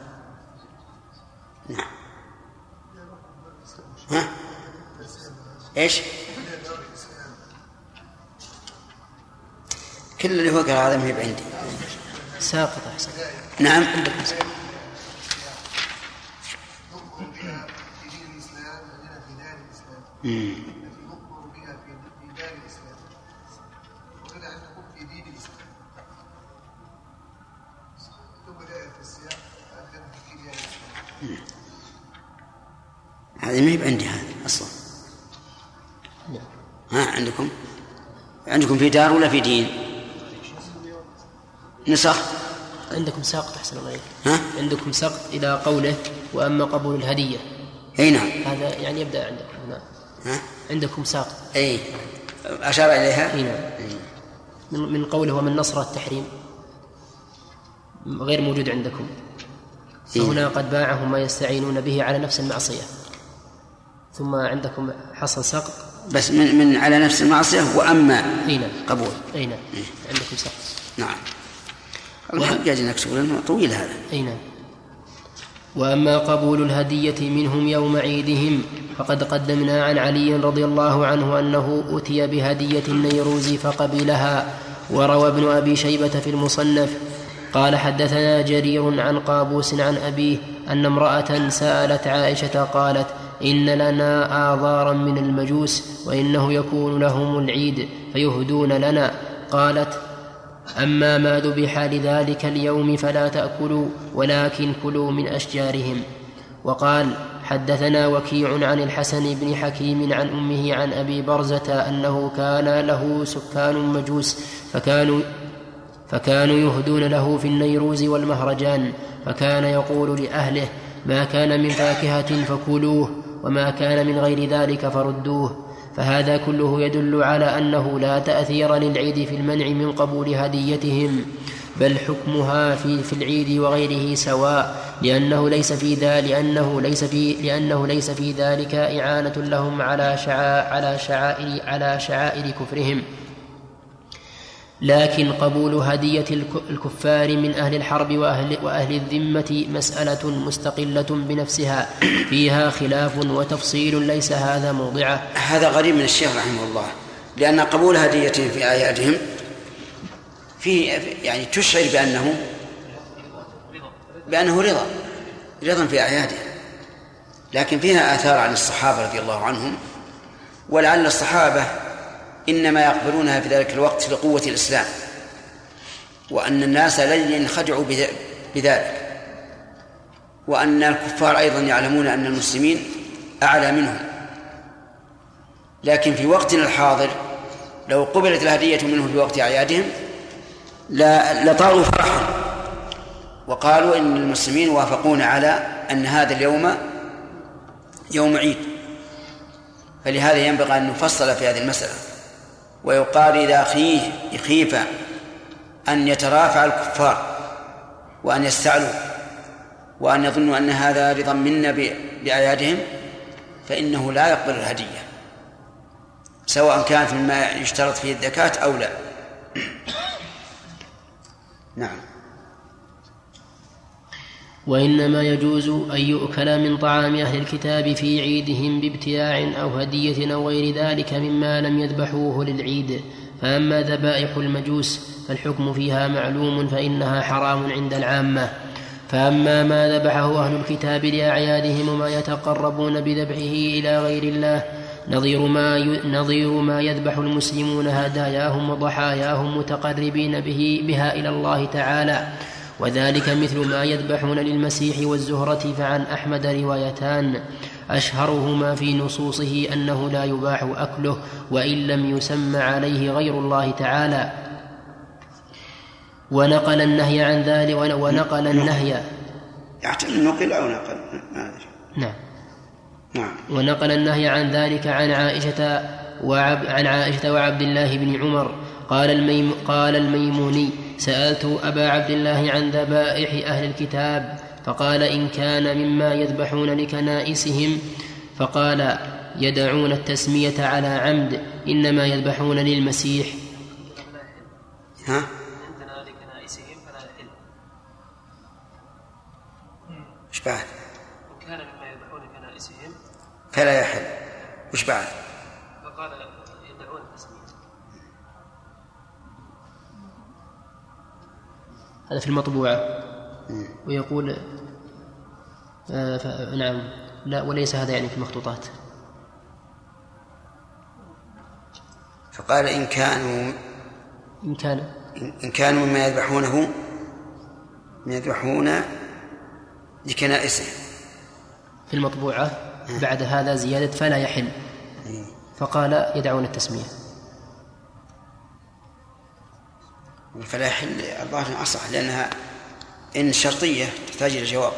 ها؟ إيش؟ كل اللي هو قال هذا ما هي بعندي ساقط أحسن. نعم. امم هذه ما هي بعندي هذه أصلا. ها عندكم عندكم في دار ولا في دين؟ نسخ عندكم ساقط أحسن الله عليك. ها؟ عندكم سقط إلى قوله وأما قبول الهدية. أي نعم. هذا يعني يبدأ عندكم هنا. ها؟ عندكم ساقط. أي أشار إليها. أي نعم. من من قوله ومن نصر التحريم غير موجود عندكم. فهنا قد باعهم ما يستعينون به على نفس المعصية، ثم عندكم حصل سقط بس من من على نفس المعصية وأما أين قبول. أين عندكم سقط. نعم. الحق يجي نكسب لأنه طويل هذا. أين وأما قبول الهدية منهم يوم عيدهم فقد قدمنا عن علي رضي الله عنه أنه أتي بهدية النيروز فقبلها. وروى ابن أبي شيبة في المصنف قال حدثنا جرير عن قابوس عن أبيه أن امرأة سألت عائشة قالت إن لنا آضارا من المجوس وإنه يكون لهم العيد فيهدون لنا. قالت أما ما ذبح لذلك اليوم فلا تأكلوا ولكن كلوا من أشجارهم. وقال حدثنا وكيع عن الحسن بن حكيم عن أمه عن أبي برزة أنه كان له سكان مجوس فكانوا فكانوا يهدون له في النيروز والمهرجان، فكان يقول لأهله ما كان من فاكهة فكلوه وما كان من غير ذلك فردوه. فهذا كله يدل على أنه لا تأثير للعيد في المنع من قبول هديتهم، بل حكمها في, في العيد وغيره سواء، لأنه ليس في ذلك لأنه ليس في لأنه ليس في ذلك إعانة لهم على شعائر على شعائر على شعائر كفرهم. لكن قبول هدية الكفار من أهل الحرب وأهل, وأهل الذمة مسألة مستقلة بنفسها فيها خلاف وتفصيل ليس هذا موضعه. هذا غريب من الشيخ رحمه الله، لأن قبول هديتهم في أعيادهم فيه يعني تشعر بأنه بأنه رضا رضا في أعيادهم، لكن فيها آثار عن الصحابة رضي الله عنهم، ولعل الصحابة إنما يقبلونها في ذلك الوقت لقوة الإسلام، وأن الناس لن ينخدعوا بذلك، وأن الكفار أيضا يعلمون أن المسلمين أعلى منهم. لكن في وقتنا الحاضر لو قبلت الهدية منهم في وقت أعيادهم لطاروا فرحا وقالوا إن المسلمين وافقون على أن هذا اليوم يوم عيد. فلهذا ينبغي أن نفصل في هذه المسألة، ويقال إذا خيف أن يترافع الكفار وأن يستعلوا وأن يظنوا أن هذا رضا منا بأعيادهم فإنه لا يقبل الهدية، سواء كانت مما يشترط فيه الزكاة أو لا. نعم. وإنما يجوز أن يؤكل من طعام أهل الكتاب في عيدهم بابتياع أو هدية أو غير ذلك مما لم يذبحوه للعيد. فأما ذبائح المجوس فالحكم فيها معلوم فإنها حرام عند العامة. فأما ما ذبحه أهل الكتاب لأعيادهم وما يتقربون بذبحه إلى غير الله نظير ما نظير ما يذبح المسلمون هداياهم وضحاياهم متقربين به بها إلى الله تعالى، وذلك مثل ما يذبحون للمسيح والزهرة. فعن أحمد روايتان أشهرهما في نصوصه أنه لا يباح أكله وإن لم يسمى عليه غير الله تعالى، ونقل النهي عن ذلك ونقل النهي نقل أو نقل نعم نعم ونقل النهي عن ذلك عن عائشة وعب عن عائشة وعبد الله بن عمر. قال الميم قال الميموني: سألت أبا عبد الله عن ذبائح أهل الكتاب فقال: إن كان مما يذبحون لكنائسهم فقال: يدعون التسمية على عمد، إنما يذبحون للمسيح. ها؟ عندنا لكنائسهم فلا يحل. إيش بعد؟ إن كان مما يذبحون لكنائسهم فلا يحل. إيش بعد؟ فقال: يدعون التسمية. هذا في المطبوعة. ويقول آه نعم لا، وليس هذا يعني في المخطوطات. فقال: إن كانوا إن كان إن كانوا مما يذبحونه يذبحون لكنائسهم. في المطبوعة بعد هذا زيادة فلا يحل، فقال: يدعون التسمية. فلا يحل الظاهر أصح، لأنها إن شرطية تحتاج إلى جواب.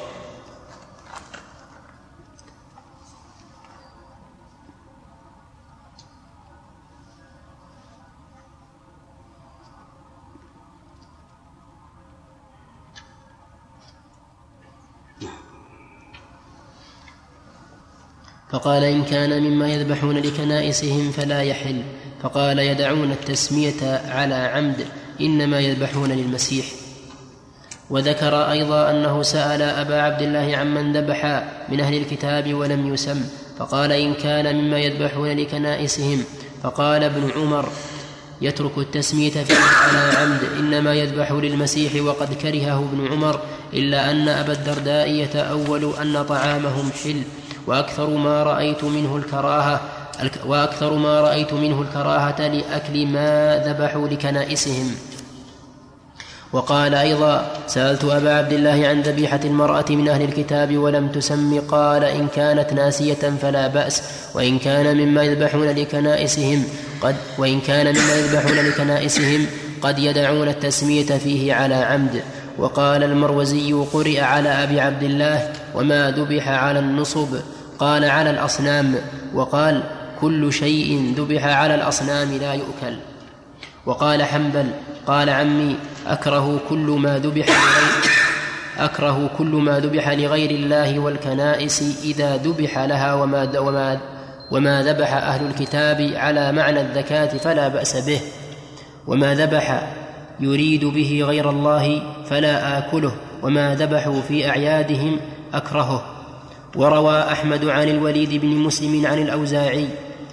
فقال: إن كان مما يذبحون لكنائسهم فلا يحل، فقال: يدعون التسمية على عمد، إنما يذبحون للمسيح. وذكر أيضا أنه سأل أبا عبد الله عمن ذبح من أهل الكتاب ولم يسم، فقال: إن كان مما يذبحون لكنائسهم، فقال ابن عمر: يترك التسمية فيه على عمد، إنما يذبح للمسيح. وقد كرهه ابن عمر، إلا أن أبا الدرداء يتأول أن طعامهم حل، وأكثر ما رأيت منه الكراهة وأكثر ما رأيت منه الكراهة لأكل ما ذبحوا لكنائسهم. وقال أيضا: سألت أبا عبد الله عن ذبيحة المرأة من أهل الكتاب ولم تسم، قال: إن كانت ناسية فلا بأس، وإن كان مما يذبحون لكنائسهم قد وإن كان مما يذبحون لكنائسهم قد يدعون التسمية فيه على عمد. وقال المروزي: قرئ على أبي عبد الله: وما ذبح على النصب، قال: على الأصنام. وقال: كل شيء ذبح على الأصنام لا يؤكل. وقال حنبل: قال عمي: أكره كل ما ذبح لغير أكره كل ما ذبح لغير الله والكنائس إذا ذبح لها، وما وما وما ذبح أهل الكتاب على معنى الذكاة فلا بأس به، وما ذبح يريد به غير الله فلا آكله، وما ذبحوا في أعيادهم أكرهه. وروى أحمد عن الوليد بن مسلم عن الأوزاعي: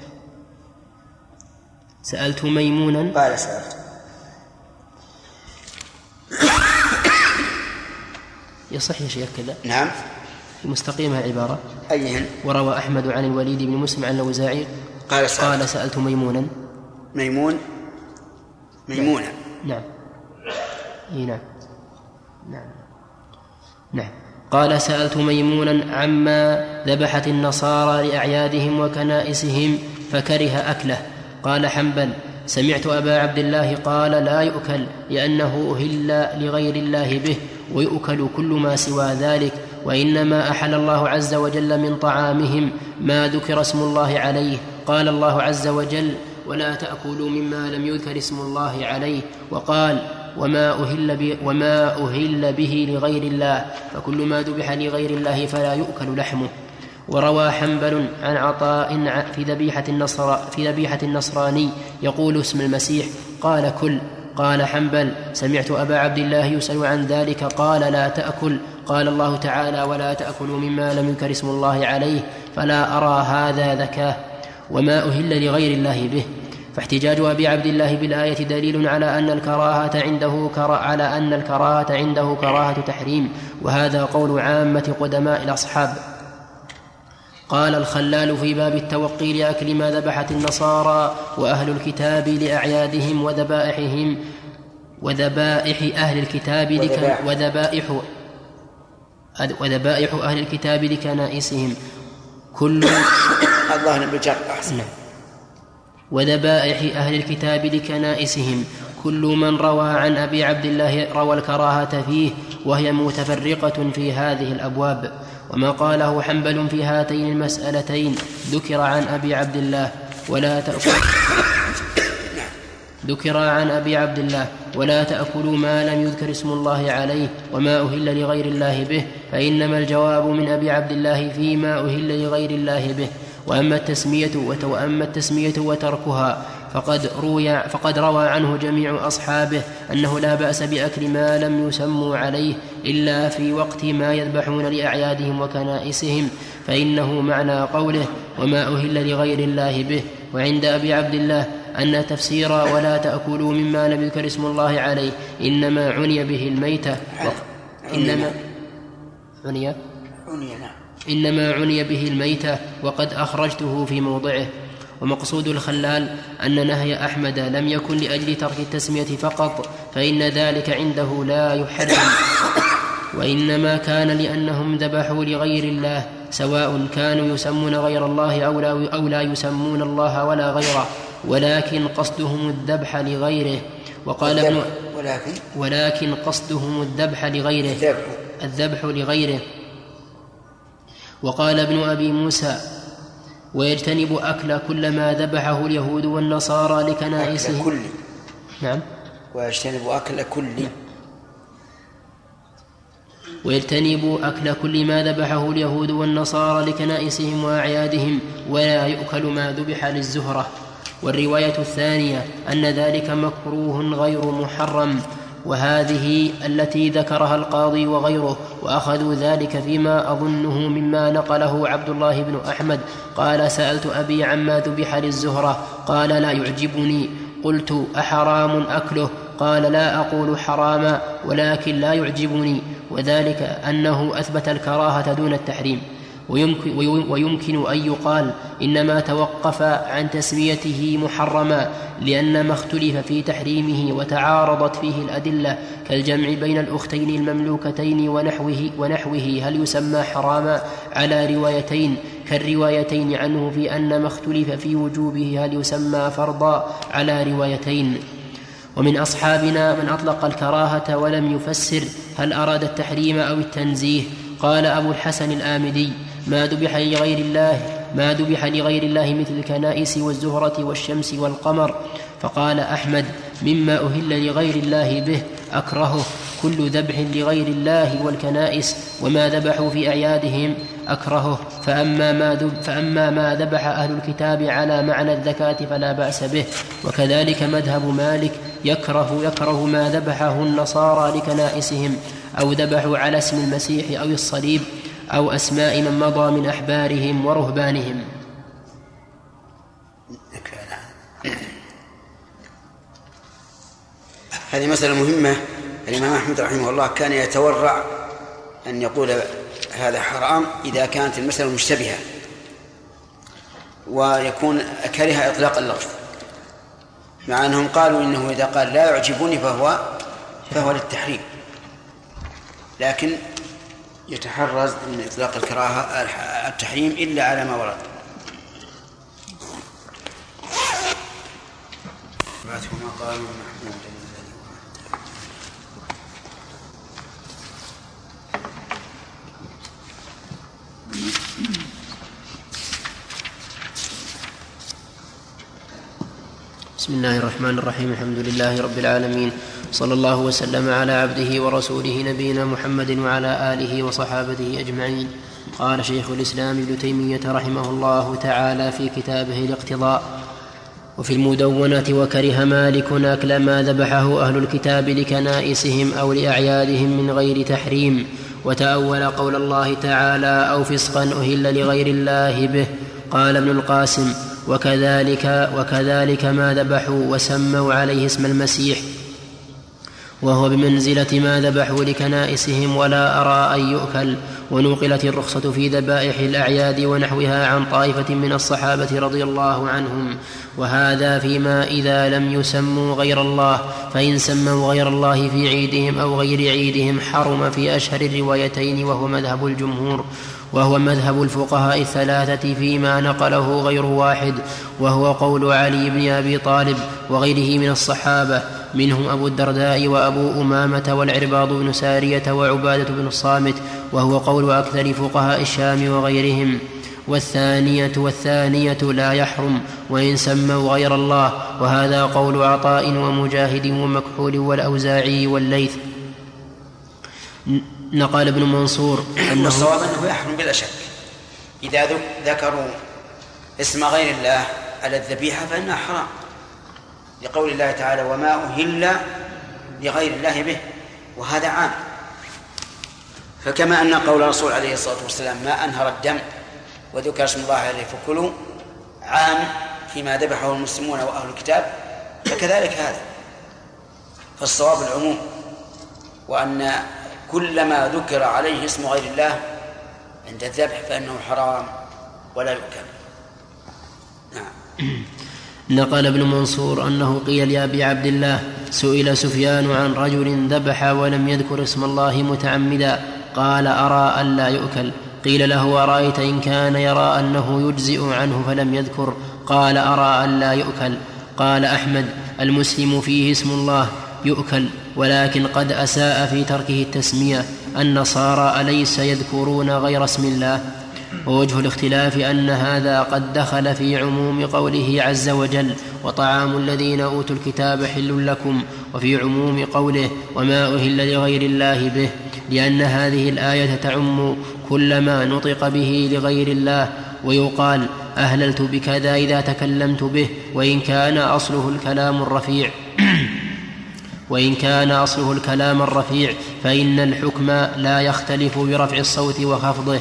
سألت ميمونا قال سألت يصح يا شيخ كذا؟ نعم مستقيمة عبارة أيهن؟ وروى أحمد عن الوليد بن مسلم عن الأوزاعي قال سألت, قال سألت ميمونا ميمون ميمونة نعم إيه نعم نعم نعم قال سألت ميمونا عما ذبحت النصارى لأعيادهم وكنائسهم فكره أكله. قال حنبل: سمعت أبا عبد الله قال: لا يؤكل لأنه أهل لغير الله به، ويؤكل كل ما سوى ذلك، وإنما أحل الله عز وجل من طعامهم ما ذكر اسم الله عليه. قال الله عز وجل: ولا تأكلوا مما لم يذكر اسم الله عليه. وقال: وما أهل, به وما أهل به لغير الله، فكل ما ذبح لغير الله فلا يؤكل لحمه. وروى حنبل عن عطاء في ذبيحة النصر في ذبيحة النصراني يقول اسم المسيح، قال: كل. قال حنبل: سمعت أبا عبد الله يسأل عن ذلك قال: لا تأكل. قال الله تعالى: ولا تأكلوا مما لم يذكر اسم الله عليه، فلا أرى هذا ذكاه. وما أهل لغير الله به. فاحتجاج أبي عبد الله بالآية دليل على أن الكراهة عنده كرا على أن الكراهة عنده كراهة تحريم، وهذا قول عامة قدماء الأصحاب. قال الخلال في باب التوقي لأكل ما ذبحت النصارى وأهل الكتاب لأعيادهم وذبائحهم وذبائح أهل الكتاب لك وذبائح وذبائح أهل الكتاب لكنائسهم كل الله بالجر أحسن. وذبائح أهل الكتاب لكنائسهم كل من روى عن أبي عبد الله روى الكراهة فيه، وهي متفرقة في هذه الأبواب. وما قاله حنبل في هاتين المسألتين ذكر عن أبي عبد الله ولا تأكل ذكر عن أبي عبد الله ولا تأكلوا ما لم يذكر اسم الله عليه وما أهل لغير الله به، فإنما الجواب من أبي عبد الله فيما أهل لغير الله به. وأما التسمية وأما التسمية وتركها فقد روى فقد روى عنه جميع أصحابه أنه لا بأس بأكل ما لم يسموا عليه إلا في وقت ما يذبحون لأعيادهم وكنائسهم، فإنه معنى قوله وما أهل لغير الله به. وعند أبي عبد الله أن تفسير ولا تأكلوا مما لم يذكر اسم الله عليه إنما عني به الميتة إنما عني إنما عني به الميتة وقد أخرجته في موضعه. ومقصود الخلال أن نهي أحمد لم يكن لأجل ترك التسمية فقط، فإن ذلك عنده لا يحرم، وإنما كان لأنهم ذبحوا لغير الله، سواء كانوا يسمون غير الله أو لا يسمون الله ولا غيره، ولكن قصدهم الذبح لغيره. وقال ابن ولكن, ولكن قصدهم الذبح لغيره الذبح لغيره. وقال ابن أبي موسى ويجتنب أكل كل ما ذبحه اليهود والنصارى لكنائسهم. أكل كل. نعم. ويجتنب أكل كل ويجتنب أكل كل ما ذبحه اليهود والنصارى لكنائسهم وأعيادهم، ولا يؤكل ما ذبح للزهرة. والرواية الثانية أن ذلك مكروه غير محرم، وهذه التي ذكرها القاضي وغيره، وأخذوا ذلك فيما أظنه مما نقله عبد الله بن أحمد قال سألت أبي عما ذبح للزهرة قال لا يعجبني، قلت أحرام أكله؟ قال لا أقول حراما ولكن لا يعجبني، وذلك أنه أثبت الكراهة دون التحريم. ويمكن, ويمكن أن يقال إنما توقف عن تسميته محرما لأن ما اختلف في تحريمه وتعارضت فيه الأدلة كالجمع بين الأختين المملوكتين ونحوه, ونحوه هل يسمى حراما على روايتين كالروايتين عنه في أن ما اختلف في وجوبه هل يسمى فرضا على روايتين. ومن أصحابنا من أطلق الكراهة ولم يفسر هل أراد التحريم أو التنزيه. قال أبو الحسن الآمدي ما ذبح لغير الله ما ذبح لغير الله مثل الكنائس والزهرة والشمس والقمر. فقال أحمد مما أهل لغير الله به أكرهه كل ذبح لغير الله والكنائس، وما ذبحوا في أعيادهم أكرهه. فأما ما, ذب فأما ما ذبح أهل الكتاب على معنى الذكاة فلا بأس به. وكذلك مذهب مالك يكره, يكره ما ذبحه النصارى لكنائسهم أو ذبحوا على اسم المسيح أو الصليب أو أسماء من مضى من أحبارهم ورهبانهم. هذه مسألة مهمة. الإمام أحمد رحمه الله كان يتورع أن يقول هذا حرام إذا كانت المسألة مشتبهة، ويكون كره إطلاق اللفظ، مع أنهم قالوا إنه إذا قال لا يعجبني فهو فهو للتحريم، لكن يتحرز من إطلاق الكراهة التحريم إلا على ما ورد. ما قالوا بسم الله الرحمن الرحيم. الحمد لله رب العالمين، صلى الله وسلم على عبده ورسوله نبينا محمد وعلى آله وصحابته أجمعين. قال شيخ الإسلام ابن تيمية رحمه الله تعالى في كتابه الاقتضاء وفي المدونة وكره مالك أكل ما ذبحه أهل الكتاب لكنائسهم أو لأعيادهم من غير تحريم، وتأول قول الله تعالى أو فسقا أهل لغير الله به. قال ابن القاسم وكذلك, وكذلك ما ذبحوا وسموا عليه اسم المسيح وهو بمنزلة ما ذبحوا لكنائسهم ولا أرى أن يؤكل. ونقلت الرخصة في ذبائح الأعياد ونحوها عن طائفة من الصحابة رضي الله عنهم، وهذا فيما إذا لم يسموا غير الله، فإن سموا غير الله في عيدهم أو غير عيدهم حرم في أشهر الروايتين، وهو مذهب الجمهور، وهو مذهب الفقهاء الثلاثة فيما نقله غير واحد، وهو قول علي بن أبي طالب وغيره من الصحابة، منهم أبو الدرداء وأبو أمامة والعرباض بن سارية وعبادة بن الصامت، وهو قول أكثر فقهاء الشام وغيرهم. والثانية والثانية لا يحرم وإن سموا غير الله، وهذا قول عطاء ومجاهد ومكحول والأوزاعي والليث. نقال ابن منصور أنه الصواب أنه يحرم بلا شك إذا ذكروا اسم غير الله على الذبيحة فإنها حرام، لقول الله تعالى وما أهل لغير الله به، وهذا عام. فكما أن قول الرسول عليه الصلاة والسلام ما أنهر الدم وذكر اسم الله عليه فكلوا عام فيما ذبحه المسلمون وأهل الكتاب، فكذلك هذا، فالصواب العموم، وأن كل ما ذكر عليه اسم غير الله عند الذبح فإنه حرام ولا يؤكل. نعم. نقل ابن منصور أنه قيل لأبي عبد الله سئل سفيان عن رجل ذبح ولم يذكر اسم الله متعمدا، قال أرى أن لا يؤكل. قيل له أرأيت إن كان يرى أنه يجزئ عنه فلم يذكر؟ قال أرى أن لا يؤكل. قال أحمد المسلم فيه اسم الله يؤكل، ولكن قد أساء في تركه التسمية. النصارى أليس يذكرون غير اسم الله؟ ووجه الاختلاف أن هذا قد دخل في عموم قوله عز وجل وطعام الذين أوتوا الكتاب حل لكم، وفي عموم قوله وما أهل لغير الله به، لأن هذه الآية تعم كل ما نطق به لغير الله. ويقال أهللت بكذا إذا تكلمت به، وإن كان أصله الكلام الرفيع وإن كان أصله الكلام الرفيع فإن الحكم لا يختلف برفع الصوت وخفضه،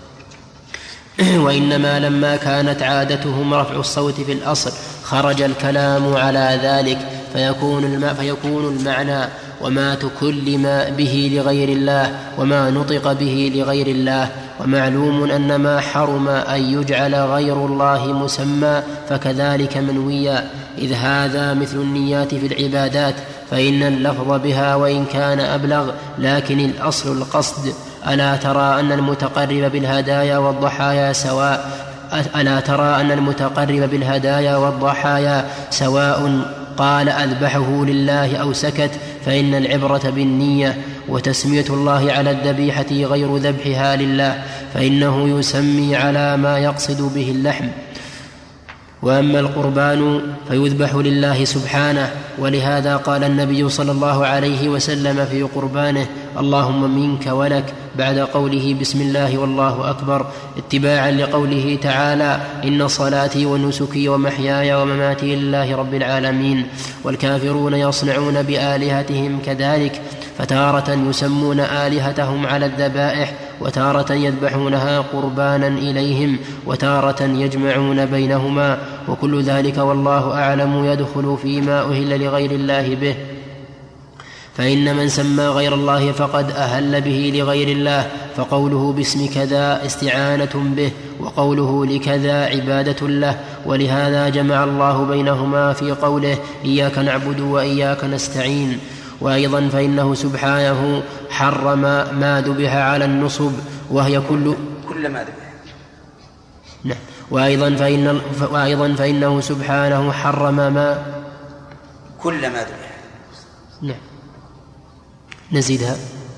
وإنما لما كانت عادتهم رفع الصوت في الأصل خرج الكلام على ذلك، فيكون, الم... فيكون المعنى وما تكلم به لغير الله وما نطق به لغير الله. ومعلوم أن ما حرم أن يجعل غير الله مسمى فكذلك منويا، إذ هذا مثل النيات في العبادات، فإن اللفظ بها وإن كان أبلغ لكن الأصل القصد. ألا ترى أن المتقرب بالهدايا والضحايا سواء ألا ترى أن المتقرب بالهدايا والضحايا سواء قال أذبحه لله أو سكت، فإن العبرة بالنية، وتسمية الله على الذبيحة غير ذبحها لله، فإنه يسمي على ما يقصد به اللحم. وأما القربان فيذبح لله سبحانه، ولهذا قال النبي صلى الله عليه وسلم في قربانه اللهم منك ولك بعد قوله بسم الله والله أكبر، اتباعا لقوله تعالى إن صلاتي ونسكي ومحياي ومماتي لله رب العالمين. والكافرون يصنعون بآلهتهم كذلك، فتارة يسمون آلهتهم على الذبائح، وتارة يذبحونها قربانا إليهم، وتارة يجمعون بينهما، وكل ذلك والله أعلم يدخل فيما أهل لغير الله به. فإن من سمى غير الله فقد أهل به لغير الله، فقوله باسم كذا استعانة به، وقوله لكذا عبادة له، ولهذا جمع الله بينهما في قوله إياك نعبد وإياك نستعين. وأيضا فإنه سبحانه حرم ما ذبح على النصب، وهي كل كل ما ذبح. نعم. وأيضا فإن وأيضا فإنه سبحانه حرم ما كل ما ذبح. نعم. نزيدها.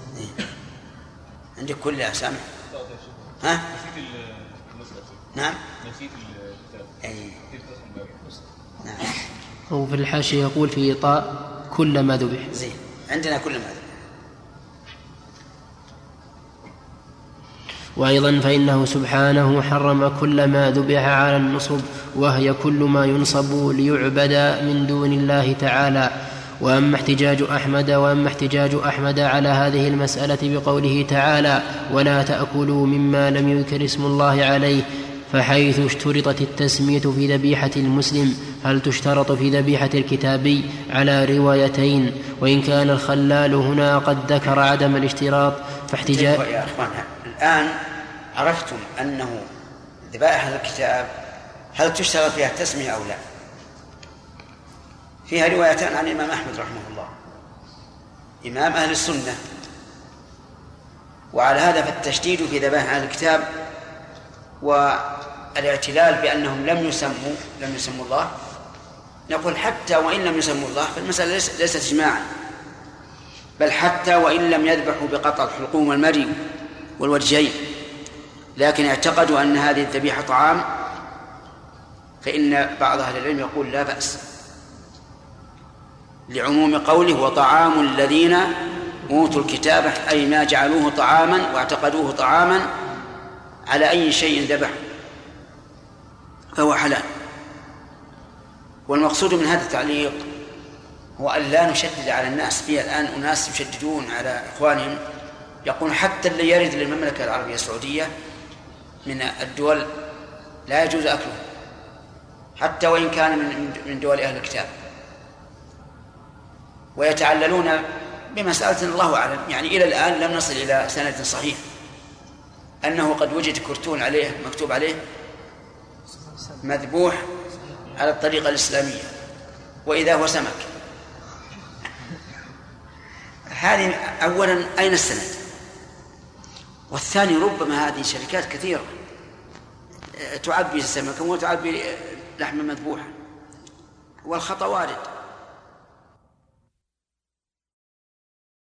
عندك كلها سامع؟ ها؟ نعم. أي. نعم. هو في الحاشية يقول في طاء كل ما ذبح. زين، عندنا كل ما ذبح. وأيضا فإنه سبحانه حرم كل ما ذبح على النصب، وهي كل ما ينصب ليعبد من دون الله تعالى. وأما احتجاج أحمد وأما احتجاج أحمد على هذه المسألة بقوله تعالى ولا تأكلوا مما لم يذكر اسم الله عليه، فحيث اشترطت التسمية في ذبيحة المسلم هل تشترط في ذبيحة الكتابي؟ على روايتين، وإن كان الخلال هنا قد ذكر عدم الاشتراط فاحتجاج. يا أخوان، الآن عرفتم أنه ذبائح الكتاب هل تشترط فيها التسمية أو لا؟ فيها روايتان عن الإمام أحمد رحمه الله إمام أهل السنة، وعلى هذا فالتشديد في ذبائح أهل الكتاب والاعتلال بأنهم لم يسموا لم يسموا الله، نقول حتى وإن لم يسموا الله فالمسألة ليست إجماعا، بل حتى وإن لم يذبحوا بقطع الحلقوم والمري والوجهين لكن اعتقدوا أن هذه الذبيحة طعام، فإن بعض أهل العلم يقول لا بأس، لعموم قوله وطعام الذين أوتوا الكتاب، أي ما جعلوه طعاما واعتقدوه طعاما على أي شيء ذبح فهو حلال. والمقصود من هذا التعليق هو أن لا نشدد على الناس. فيه الآن أناس يشددون على إخوانهم، يقول حتى اللي يرد للمملكة العربية السعودية من الدول لا يجوز أكله حتى وإن كان من دول أهل الكتاب، ويتعللون بمسألة الله أعلم، يعني إلى الآن لم نصل إلى سند صحيح أنه قد وجد كرتون عليه مكتوب عليه مذبوح على الطريقة الإسلامية وإذا هو سمك. هذه أولا أين السند؟ والثاني ربما هذه شركات كثيرة تعبي السمك وتعبي لحم مذبوحا والخطأ وارد.